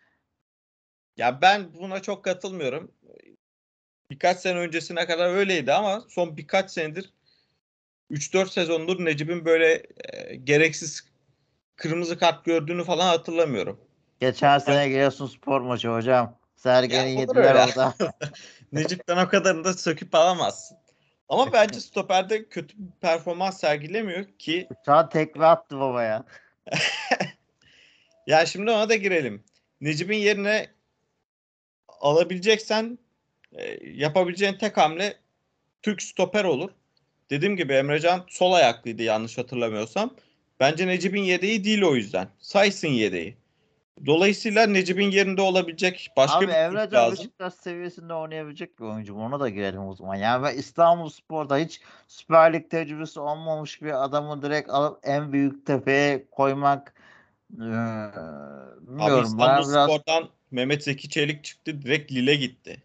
Ya ben buna çok katılmıyorum. Birkaç sene öncesine kadar öyleydi ama son birkaç senedir üç dört sezondur Necip'in böyle e, gereksiz kırmızı kart gördüğünü falan hatırlamıyorum. Geçen Ben- sene Giresunspor maçı hocam. Ya Sergen'i olur yediler öyle. orada. Necip'ten o kadarını da söküp alamazsın. Ama bence stoperde kötü bir performans sergilemiyor ki. Şu an tekme attı babaya. Ya şimdi ona da girelim. Necip'in yerine alabileceksen e, yapabileceğin tek hamle Türk stoper olur. Dediğim gibi Emrecan sol ayaklıydı yanlış hatırlamıyorsam. Bence Necip'in yedeği değil o yüzden. Saysın yedeği. Dolayısıyla Necip'in yerinde olabilecek başka Abi bir Türk Emre Can lazım. Beşiktaş seviyesinde oynayabilecek bir oyuncu mu? Ona da girelim o zaman. Yani ben İstanbulspor'da hiç Süper Lig tecrübesi olmamış bir adamı direkt alıp en büyük tepeye koymak eee, Abi bilmiyorum. Bana biraz İstanbulspor'dan Mehmet Zeki Çelik çıktı direkt Lille gitti.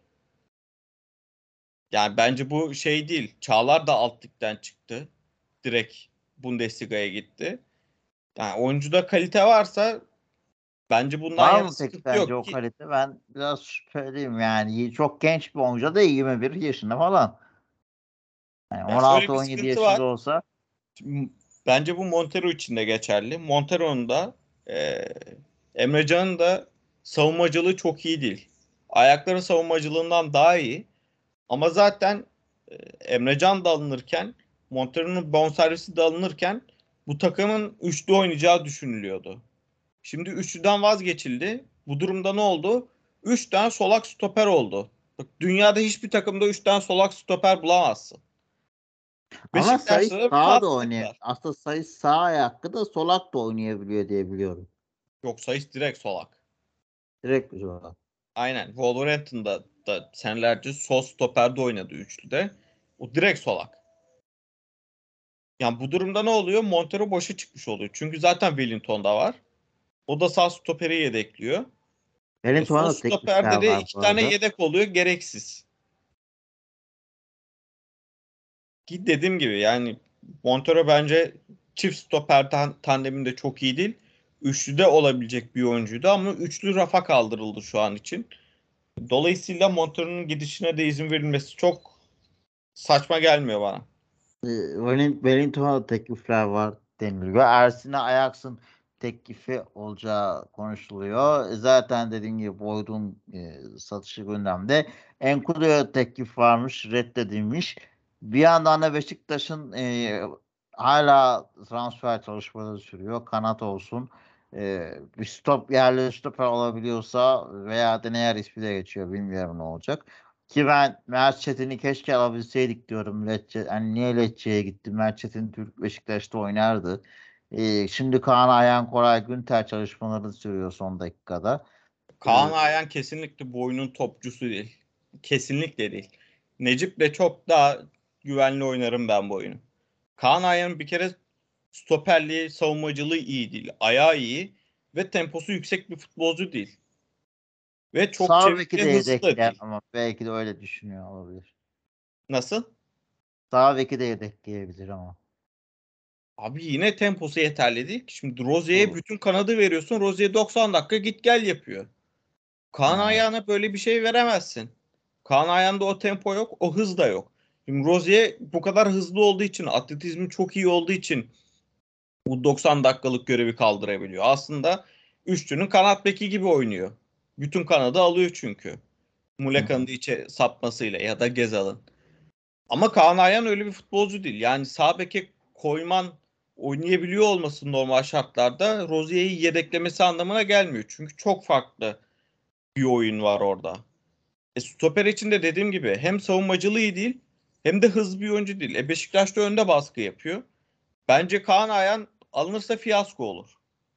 Yani bence bu şey değil. Çağlar da alt ligden çıktı. Direkt Bundesliga'ya gitti. Yani oyuncuda kalite varsa bence bundan var yana mı peki sıkıntı sence yok o ki. kalite? Ben biraz şüpheliyim yani. Çok genç bir oyuncu da yirmi bir yaşında falan. Yani Ya şöyle bir on altı on yedi sıkıntı var. yaşında olsa Şimdi bence bu Montero için de geçerli. Montero'nun da e, Emre Can'ın da savunmacılığı çok iyi değil. Ayakları savunmacılığından daha iyi. Ama zaten e, Emre Can da alınırken Montero'nun bonservisi de alınırken bu takımın üçlü oynayacağı düşünülüyordu. Şimdi üçlüden vazgeçildi. Bu durumda ne oldu? Üç tane solak stoper oldu. Bak, dünyada hiçbir takımda üç tane solak stoper bulamazsın. ama Sayıs Beşiktaş'ta da bir sağ da tatsızlık oynuyor. var. Aslında Sayıs sağ ayaklı da solak da oynayabiliyor diye biliyorum. Yok Sayıs direkt solak. Direkt bir solak. Aynen. Wolverhampton'da da senelerce sol stoperde oynadı üçlüde. O direkt solak. Yani bu durumda ne oluyor? Montero boşa çıkmış oluyor. Çünkü zaten Wellington da var. O da sağ stoperi yedekliyor. E sol Wellington'a da teklifler stoperde de var iki bu tane arada. yedek oluyor. Gereksiz. Ki dediğim gibi yani Montero bence çift stoper tan tandeminde çok iyi değil. Üçlüde olabilecek bir oyuncuydu ama üçlü rafa kaldırıldı şu an için. Dolayısıyla Montero'nun gidişine de izin verilmesi çok saçma gelmiyor bana. E, Wellin- Wellington'a da teklifler var deniliyor. Ersin'e Ajax'ın teklifi olacağı konuşuluyor. E, Zaten dediğim gibi Boyd'un e, satışı gündemde. Enkudu'ya teklif varmış, reddedilmiş. Bir yandan da Beşiktaş'ın e, hala transfer çalışmaları sürüyor. Kanat olsun. E, bir stop yerli stoper olabiliyorsa veya Deneyer ismi de geçiyor. Bilmiyorum ne olacak. Ki ben Mert Çetin'i keşke alabilseydik diyorum. Lecce, hani niye Lecce'ye gitti? Mert Çetin Türk Beşiktaş'ta oynardı. Ee, şimdi Kaan Ayhan Koray Günter çalışmaları sürüyor son dakikada. Ee, Kaan Ayhan kesinlikle bu oyunun topçusu değil. Kesinlikle değil. Necip'le çok daha güvenli oynarım ben bu oyunu. Kaan Ayhan'ın bir kere stoperliği, savunmacılığı iyi değil. Ayağı iyi ve temposu yüksek bir futbolcu değil. Ve çok Sağ çevik beki ve de hızlı da yedekler değil. ama belki de öyle düşünüyor olabilir. Nasıl? Sağ beki de yedekleyebilir ama. Abi yine temposu yeterli değil ki. Şimdi Rozier'e Bu- bütün kanadı veriyorsun. Rozier doksan dakika git gel yapıyor. Kaan Evet. Ayhan'a böyle bir şey veremezsin. Kaan Ayhan'da o tempo yok, o hız da yok. Şimdi Rozier bu kadar hızlı olduğu için, atletizmi çok iyi olduğu için bu doksan dakikalık görevi kaldırabiliyor. Aslında üçlünün kanat beki gibi oynuyor. Bütün kanadı alıyor çünkü. Hı Muleka'nın hı. da içe sapmasıyla ya da Gezal'ın. Ama Kaan Ayhan öyle bir futbolcu değil. Yani sağ beke koyman oynayabiliyor olması normal şartlarda Rozier'i yedeklemesi anlamına gelmiyor. Çünkü çok farklı bir oyun var orada. E, stoper için de dediğim gibi hem savunmacılığı iyi değil hem de hızlı bir oyuncu değil. E, Beşiktaş da önde baskı yapıyor. Bence Kaan Ayhan alınırsa fiyasko olur.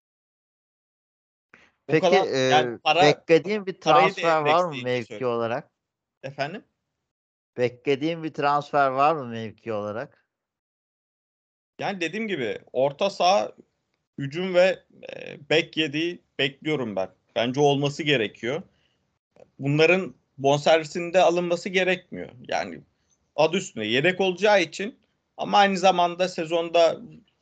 O Peki kadar yani e, para beklediğin bir parayı da transfer var mı endeksleyince mevki söylüyorum. olarak? Efendim? Beklediğin bir transfer var mı mevki olarak? Yani dediğim gibi orta saha hücum ve e, bek yediği bekliyorum ben. Bence olması gerekiyor. Bunların bonservisinde alınması gerekmiyor. Yani adı üstünde yedek olacağı için ama aynı zamanda sezonda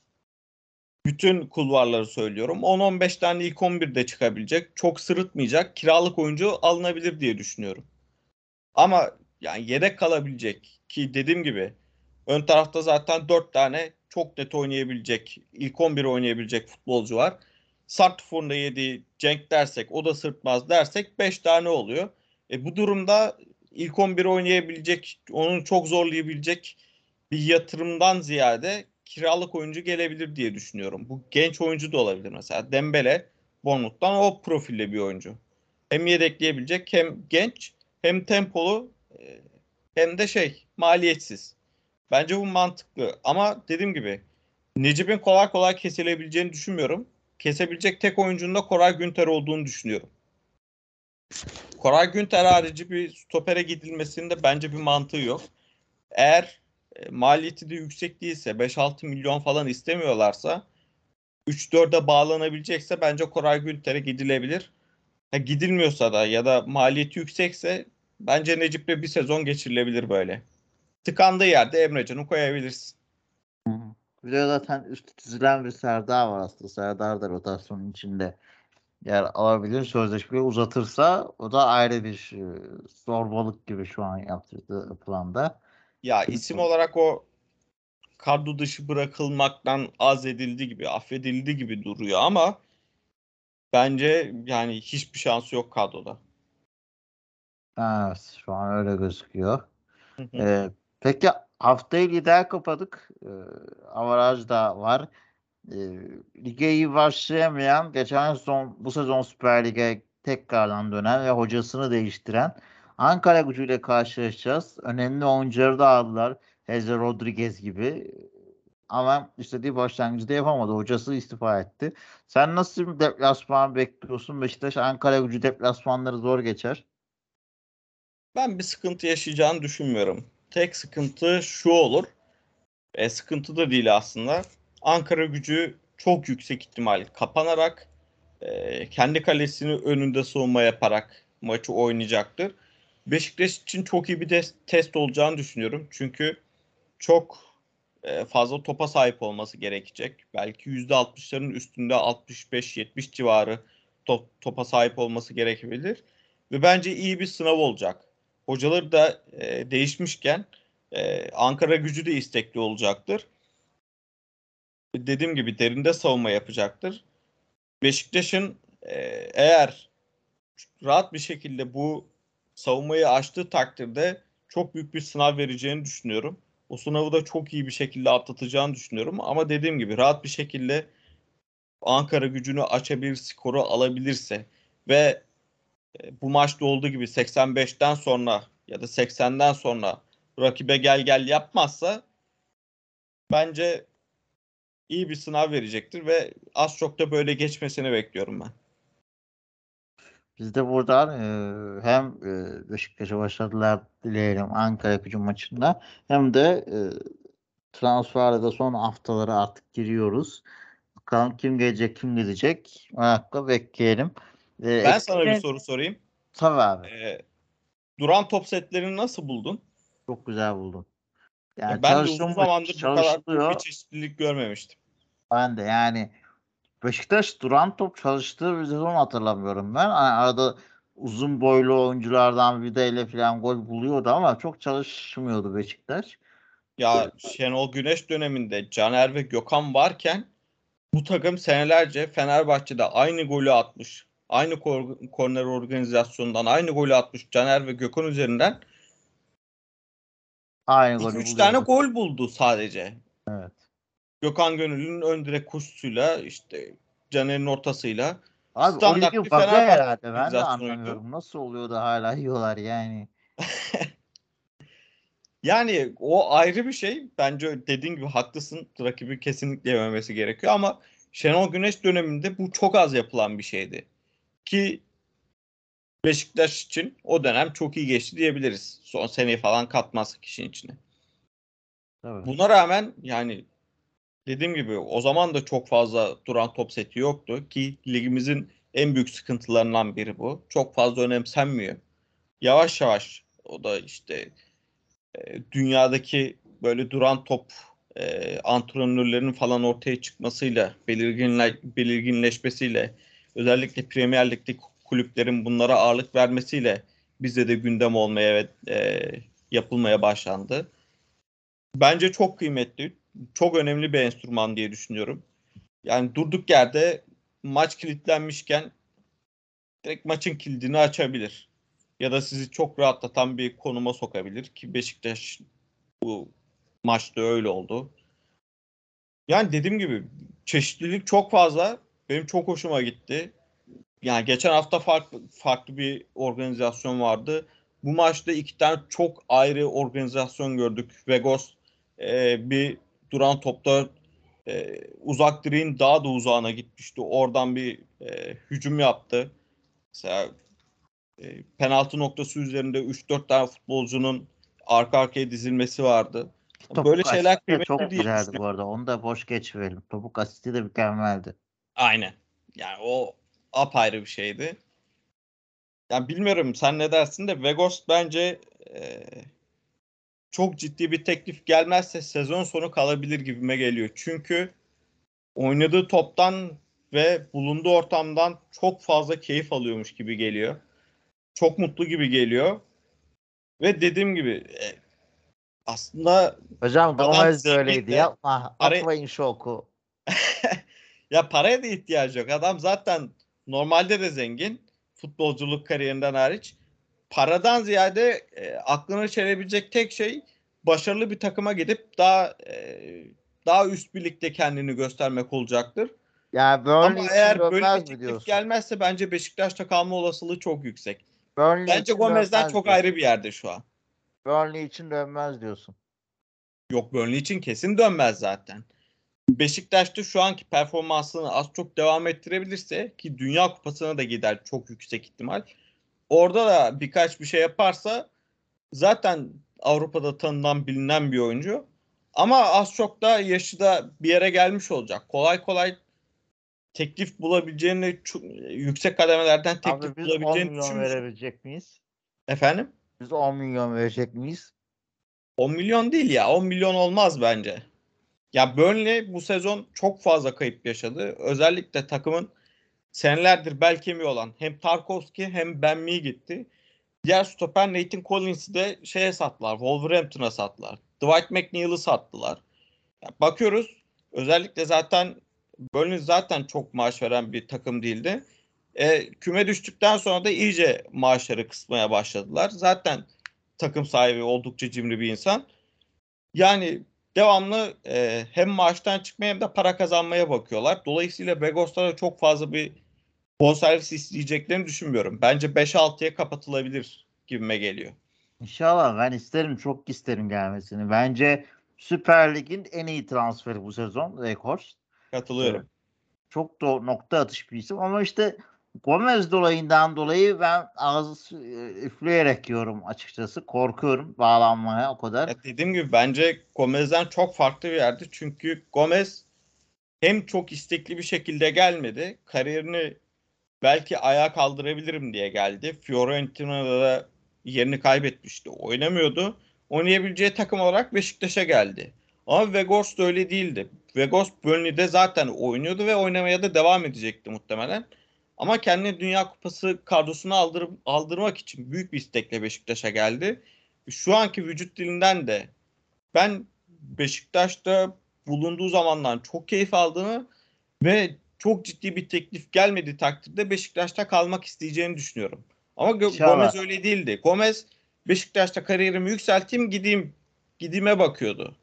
bütün kulvarları söylüyorum. on on beş tane ilk on birde çıkabilecek, çok sırıtmayacak kiralık oyuncu alınabilir diye düşünüyorum. Ama yani yedek kalabilecek ki dediğim gibi ön tarafta zaten dört tane çok net oynayabilecek, ilk on bir oynayabilecek futbolcu var. Santrfor'un da yediği Cenk dersek, o da sırtmaz dersek beş tane oluyor. E bu durumda ilk on bir oynayabilecek, onu çok zorlayabilecek bir yatırımdan ziyade kiralık oyuncu gelebilir diye düşünüyorum. Bu genç oyuncu da olabilir mesela. Dembele, Bournemouth'tan o profilde bir oyuncu. Hem yedekleyebilecek hem genç hem tempolu e, hem de şey maliyetsiz. Bence bu mantıklı ama dediğim gibi Necip'in kolay kolay kesilebileceğini düşünmüyorum. Kesebilecek tek oyuncunun da Koray Günter olduğunu düşünüyorum. Koray Günter harici bir stopere gidilmesinde bence bir mantığı yok. Eğer e, maliyeti de yüksek değilse beş altı milyon falan istemiyorlarsa üç dörde bağlanabilecekse bence Koray Günter'e gidilebilir. Ha, gidilmiyorsa da ya da maliyeti yüksekse bence Necip'le bir sezon geçirilebilir böyle. Tıkandığı yerde Emrecan'ı koyabilirsin. Hı hı. Bir de zaten üstü çizilen bir Serdar var aslında. Serdar da rotasyonun içinde yer alabilir. Sözleşmeyi uzatırsa o da ayrı bir e, zorbalık gibi şu an yaptırdığı planda. Ya isim Bilmiyorum. olarak o kadro dışı bırakılmaktan az edildi gibi, affedildi gibi duruyor ama bence yani hiçbir şansı yok kadroda. Evet, şu an öyle gözüküyor. Hı hı. Ee, peki haftayı lider kapadık. Ee, avaraj da var. Ee, Lige iyi başlayamayan, geçen sezon bu sezon Süper Lig'e tekrardan dönen ve hocasını değiştiren Ankara Gücü'yle karşılaşacağız. Önemli oyuncuları da aldılar. Jose Rodriguez gibi. Ama istediği başlangıcı da yapamadı. Hocası istifa etti. Sen nasıl bir deplasman bekliyorsun? Beşiktaş Ankara Gücü deplasmanları zor geçer. Ben bir sıkıntı yaşayacağını düşünmüyorum. Tek sıkıntı şu olur. E, sıkıntı da değil aslında. Ankara Gücü çok yüksek ihtimal kapanarak e, kendi kalesini önünde savunma yaparak maçı oynayacaktır. Beşiktaş için çok iyi bir de- test olacağını düşünüyorum. Çünkü çok e, fazla topa sahip olması gerekecek. Belki yüzde altmışların üstünde altmış beş yetmiş civarı top, topa sahip olması gerekebilir. Ve bence iyi bir sınav olacak. Hocaları da e, değişmişken e, Ankara Gücü de istekli olacaktır. Dediğim gibi derinde savunma yapacaktır. Beşiktaş'ın e, eğer rahat bir şekilde bu savunmayı açtığı takdirde çok büyük bir sınav vereceğini düşünüyorum. O sınavı da çok iyi bir şekilde atlatacağını düşünüyorum. Ama dediğim gibi rahat bir şekilde Ankara Gücünü açabilir, skoru alabilirse ve e, bu maçta olduğu gibi seksen beşten sonra ya da seksenden sonra rakibe gel gel yapmazsa bence iyi bir sınav verecektir ve az çok da böyle geçmesini bekliyorum ben. Biz de buradan e, hem e, Beşiktaş'a başarılar dileyelim Ankara Gücü maçında, hem de e, transferde de son haftaları artık giriyoruz. Bakalım kim gelecek, kim gidecek. Merakla bekleyelim. E, Ben sana bir eksiklerin soru sorayım. tabii abi. E, Duran top setlerini nasıl buldun? Çok güzel buldum. Yani Ya ben de uzun çalışılmış, zamandır bu kadar büyük bir çalışılıyor. çeşitlilik görmemiştim. Ben de yani Beşiktaş duran top çalıştığı bir sezon hatırlamıyorum ben. Hani arada uzun boylu oyunculardan Vida falan gol buluyordu ama çok çalışmıyordu Beşiktaş. Ya Şenol Güneş döneminde Caner ve Gökhan varken bu takım senelerce Fenerbahçe'de aynı golü atmış. Aynı kor korner organizasyonundan aynı golü atmış Caner ve Gökhan üzerinden Aynı iki golü üç tane buluyordu. gol buldu sadece. Evet. Gökhan Gönül'ün ön direk koşusuyla işte Caner'in ortasıyla Abi o standart ligin bir bug'ı Fenerbahçe herhalde. Ben de organizasyonuydu. anlamıyorum. Nasıl oluyor da hala yiyorlar yani. Yani o ayrı bir şey. Bence dediğin gibi haklısın. Rakibi kesinlikle yememesi gerekiyor ama Şenol Güneş döneminde bu çok az yapılan bir şeydi. Ki Beşiktaş için o dönem çok iyi geçti diyebiliriz. Son seneyi falan katmazsak işin içine. Tabii. Buna rağmen yani dediğim gibi o zaman da çok fazla duran top seti yoktu ki ligimizin en büyük sıkıntılarından biri bu. Çok fazla önemsenmiyor. Yavaş yavaş o da işte e, dünyadaki böyle duran top e, antrenörlerin falan ortaya çıkmasıyla, belirginle, belirginleşmesiyle, özellikle Premier Lig'deki kulüplerin bunlara ağırlık vermesiyle bizde de gündem olmaya ve e, yapılmaya başlandı. Bence çok kıymetli, çok önemli bir enstrüman diye düşünüyorum. Yani durduk yerde maç kilitlenmişken direkt maçın kilidini açabilir. Ya da sizi çok rahatlatan bir konuma sokabilir ki Beşiktaş bu maçta öyle oldu. Yani dediğim gibi çeşitlilik çok fazla. Benim çok hoşuma gitti. Yani geçen hafta farklı farklı bir organizasyon vardı. Bu maçta iki tane çok ayrı organizasyon gördük. Vegos e, bir duran topta e, uzak direğin daha da uzağına gitmişti. Oradan bir e, hücum yaptı. Mesela e, penaltı noktası üzerinde üç dört tane futbolcunun arka arkaya dizilmesi vardı. Böyle Topuk şeyler asisti de kıymetli çok diye güzeldi bu düşünüyorum. arada. Onu da boş geçmeyelim. Topuk asisti de mükemmeldi. Aynen. Yani o apayrı bir şeydi. Yani bilmiyorum sen ne dersin de Vegos bence e, çok ciddi bir teklif gelmezse sezon sonu kalabilir gibime geliyor. Çünkü oynadığı toptan ve bulunduğu ortamdan çok fazla keyif alıyormuş gibi geliyor. Çok mutlu gibi geliyor. Ve dediğim gibi e, aslında Hocam adam Gomez de zengin öyleydi. de Yapma. para Atmayın şoku. ya paraya da ihtiyacı yok. Adam zaten normalde de zengin. Futbolculuk kariyerinden hariç. Paradan ziyade e, aklına çelebilecek tek şey başarılı bir takıma gidip daha e, daha üst birlikte kendini göstermek olacaktır. Ya Ama Burnley için eğer böyle bir dönmez mi teklif diyorsun? gelmezse bence Beşiktaş'ta kalma olasılığı çok yüksek. Burnley Bence için Gomez'den dönmez çok diyorsun. ayrı bir yerde şu an. Burnley için dönmez diyorsun. Yok Burnley için kesin dönmez zaten. Beşiktaş'ta şu anki performansını az çok devam ettirebilirse ki Dünya Kupası'na da gider çok yüksek ihtimal. Orada da birkaç bir şey yaparsa zaten Avrupa'da tanınan bilinen bir oyuncu. Ama az çok da yaşı da bir yere gelmiş olacak. Kolay kolay teklif bulabileceğini, yüksek kademelerden teklif Abi biz on bulabileceğini milyon düşünmüyorum. verebilecek miyiz? Efendim? Biz on milyon verecek miyiz? on milyon değil ya. on milyon olmaz bence. Ya Burnley bu sezon çok fazla kayıp yaşadı. Özellikle takımın senelerdir bel kemiği olan hem Tarkowski hem Ben Mee gitti. Diğer stoper Nathan Collins'i de şeye sattılar. Wolverhampton'a sattılar. Dwight McNeil'ı sattılar. Ya bakıyoruz özellikle zaten Burnley zaten çok maaş veren bir takım değildi. E, küme düştükten sonra da iyice maaşları kısmaya başladılar. Zaten takım sahibi oldukça cimri bir insan. Yani devamlı e, hem maaştan çıkmaya hem de para kazanmaya bakıyorlar. Dolayısıyla Begos'ta da çok fazla bir bonservis isteyeceklerini düşünmüyorum. Bence beş altıya kapatılabilir gibime geliyor. İnşallah ben isterim, çok isterim gelmesini. Bence Süper Lig'in en iyi transferi bu sezon Weghorst. Ee, Katılıyorum. çok da nokta atış bir isim ama işte Gomez dolayından dolayı ben ağzı e, üfleyerek yiyorum açıkçası. Korkuyorum bağlanmaya o kadar. Ya dediğim gibi bence Gomez'den çok farklı bir yerde. Çünkü Gomez hem çok istekli bir şekilde gelmedi. Kariyerini belki ayağa kaldırabilirim diye geldi. Fiorentina'da da yerini kaybetmişti. Oynamıyordu. Oynayabileceği takım olarak Beşiktaş'a geldi. Ama Weghorst öyle değildi. Weghorst Burnley'de zaten oynuyordu ve oynamaya da devam edecekti muhtemelen. Ama kendine Dünya Kupası kadrosunu aldırıp, aldırmak için büyük bir istekle Beşiktaş'a geldi. Şu anki vücut dilinden de ben Beşiktaş'ta bulunduğu zamandan çok keyif aldığını ve çok ciddi bir teklif gelmediği takdirde Beşiktaş'ta kalmak isteyeceğini düşünüyorum. Ama Go- İnşallah. Gomez öyle değildi. Gomez Beşiktaş'ta kariyerimi yükselteyim gideyim gidime bakıyordu.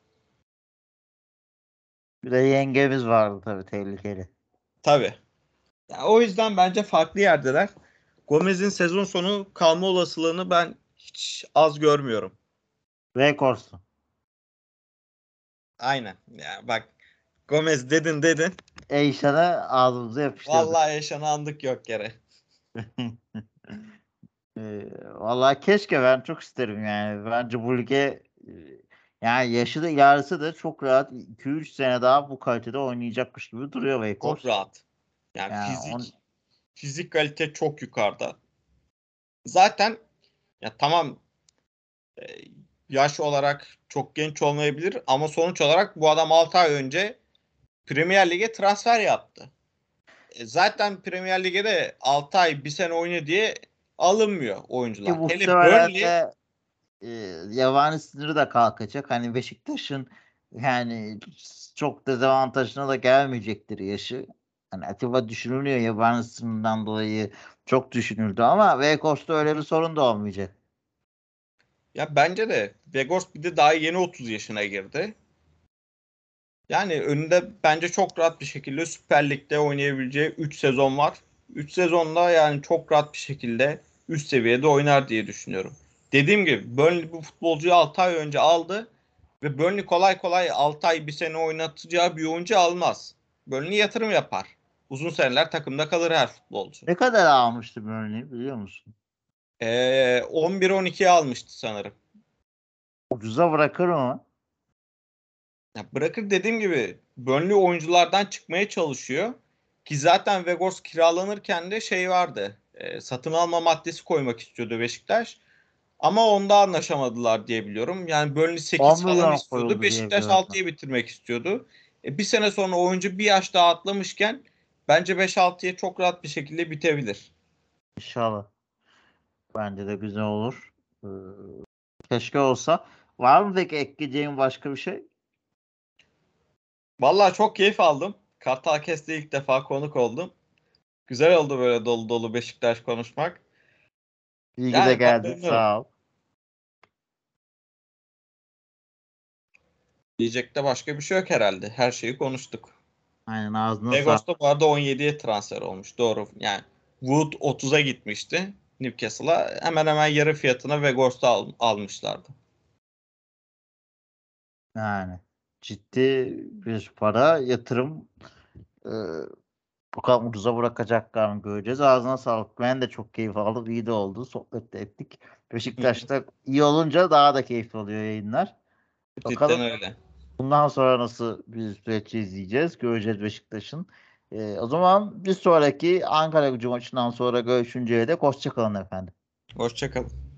Bir de yengemiz vardı tabii, tehlikeli. Tabii. Ya o yüzden bence farklı yerdeler. Gomez'in sezon sonu kalma olasılığını ben hiç az görmüyorum. Weghorst'un. Aynen. Ya bak Gomez dedin dedin. Eyşan'ı ağzımıza yapıştırdık. Vallahi yaşanandık yok yere. Ee, vallahi keşke, ben çok isterim yani. Bence bu lige e, yani yaşı da ilerisi de çok rahat iki üç sene daha bu kalitede oynayacakmış gibi duruyor Çok Weghorst. rahat. Yani Yani on, fizik fizik kalite çok yukarıda. Zaten ya tamam e, yaş olarak çok genç olmayabilir ama sonuç olarak bu adam altı ay önce Premier Lig'e transfer yaptı. E, zaten Premier Lig'e de altı ay bir sene oyna diye alınmıyor ki oyuncular. Hele muhtemelen Burnley de e, yabani sınırı da kalkacak. Hani Beşiktaş'ın yani çok dezavantajına da gelmeyecektir yaşı. Hani Atiba düşünülüyor yabani sınırından dolayı, çok düşünüldü ama Weghorst'ta öyle bir sorun da olmayacak. ya bence de Weghorst bir de daha yeni otuz yaşına girdi. Yani önünde bence çok rahat bir şekilde Süper Lig'de oynayabileceği üç sezon var. üç sezonda yani çok rahat bir şekilde üst seviyede oynar diye düşünüyorum. Dediğim gibi Burnley bu futbolcuyu altı ay önce aldı ve Burnley kolay kolay altı ay bir sene oynatacağı bir oyuncu almaz. Burnley yatırım yapar. Uzun seneler takımda kalır her futbolcu. Ne kadar almıştı Burnley biliyor musun? Ee, on bir on ikiye almıştı sanırım. Ucuza bırakır mı? Ya bırakır dediğim gibi Burnley oyunculardan çıkmaya çalışıyor. Ki zaten Weghorst kiralanırken de şey vardı. E, satın alma maddesi koymak istiyordu Beşiktaş. Ama onda anlaşamadılar diye biliyorum. Yani Burnley on sekiz falan milyon istiyordu. koyuldu diye Beşiktaş gördüm. altıya bitirmek istiyordu. E, bir sene sonra oyuncu bir yaş daha atlamışken bence beş altıya çok rahat bir şekilde bitebilir. İnşallah. Bence de güzel olur. Ee, keşke olsa. Var mı peki ekleyeceğin başka bir şey? Vallahi çok keyif aldım. Kartal Kest'te ilk defa konuk oldum. Güzel oldu böyle dolu dolu Beşiktaş konuşmak. İyi ki de Yani ben geldin. memnunum. Sağ ol. Diyecek de başka bir şey yok herhalde. Her şeyi konuştuk. Aynen, ağzına Lagos da sağlık. bu arada on yediye transfer olmuş. Doğru. Yani Wood otuza gitmişti Newcastle'a. Hemen hemen yarı fiyatına Vegors'ta al, almışlardı. Yani ciddi bir para yatırım. Ee, bakalım ucuza bırakacaklar mı, göreceğiz. Ağzına sağlık. Ben de çok keyif aldım. İyi de oldu. Sohbet de ettik. Beşiktaş'ta iyi olunca daha da keyifli oluyor yayınlar. Cidden Bakalım öyle. bundan sonra nasıl bir süreç izleyeceğiz? Göreceğiz Beşiktaş'ın. Ee, o zaman bir sonraki Ankara Gücü maçından sonra görüşünceye dek hoşça kalın efendim. Hoşça kalın.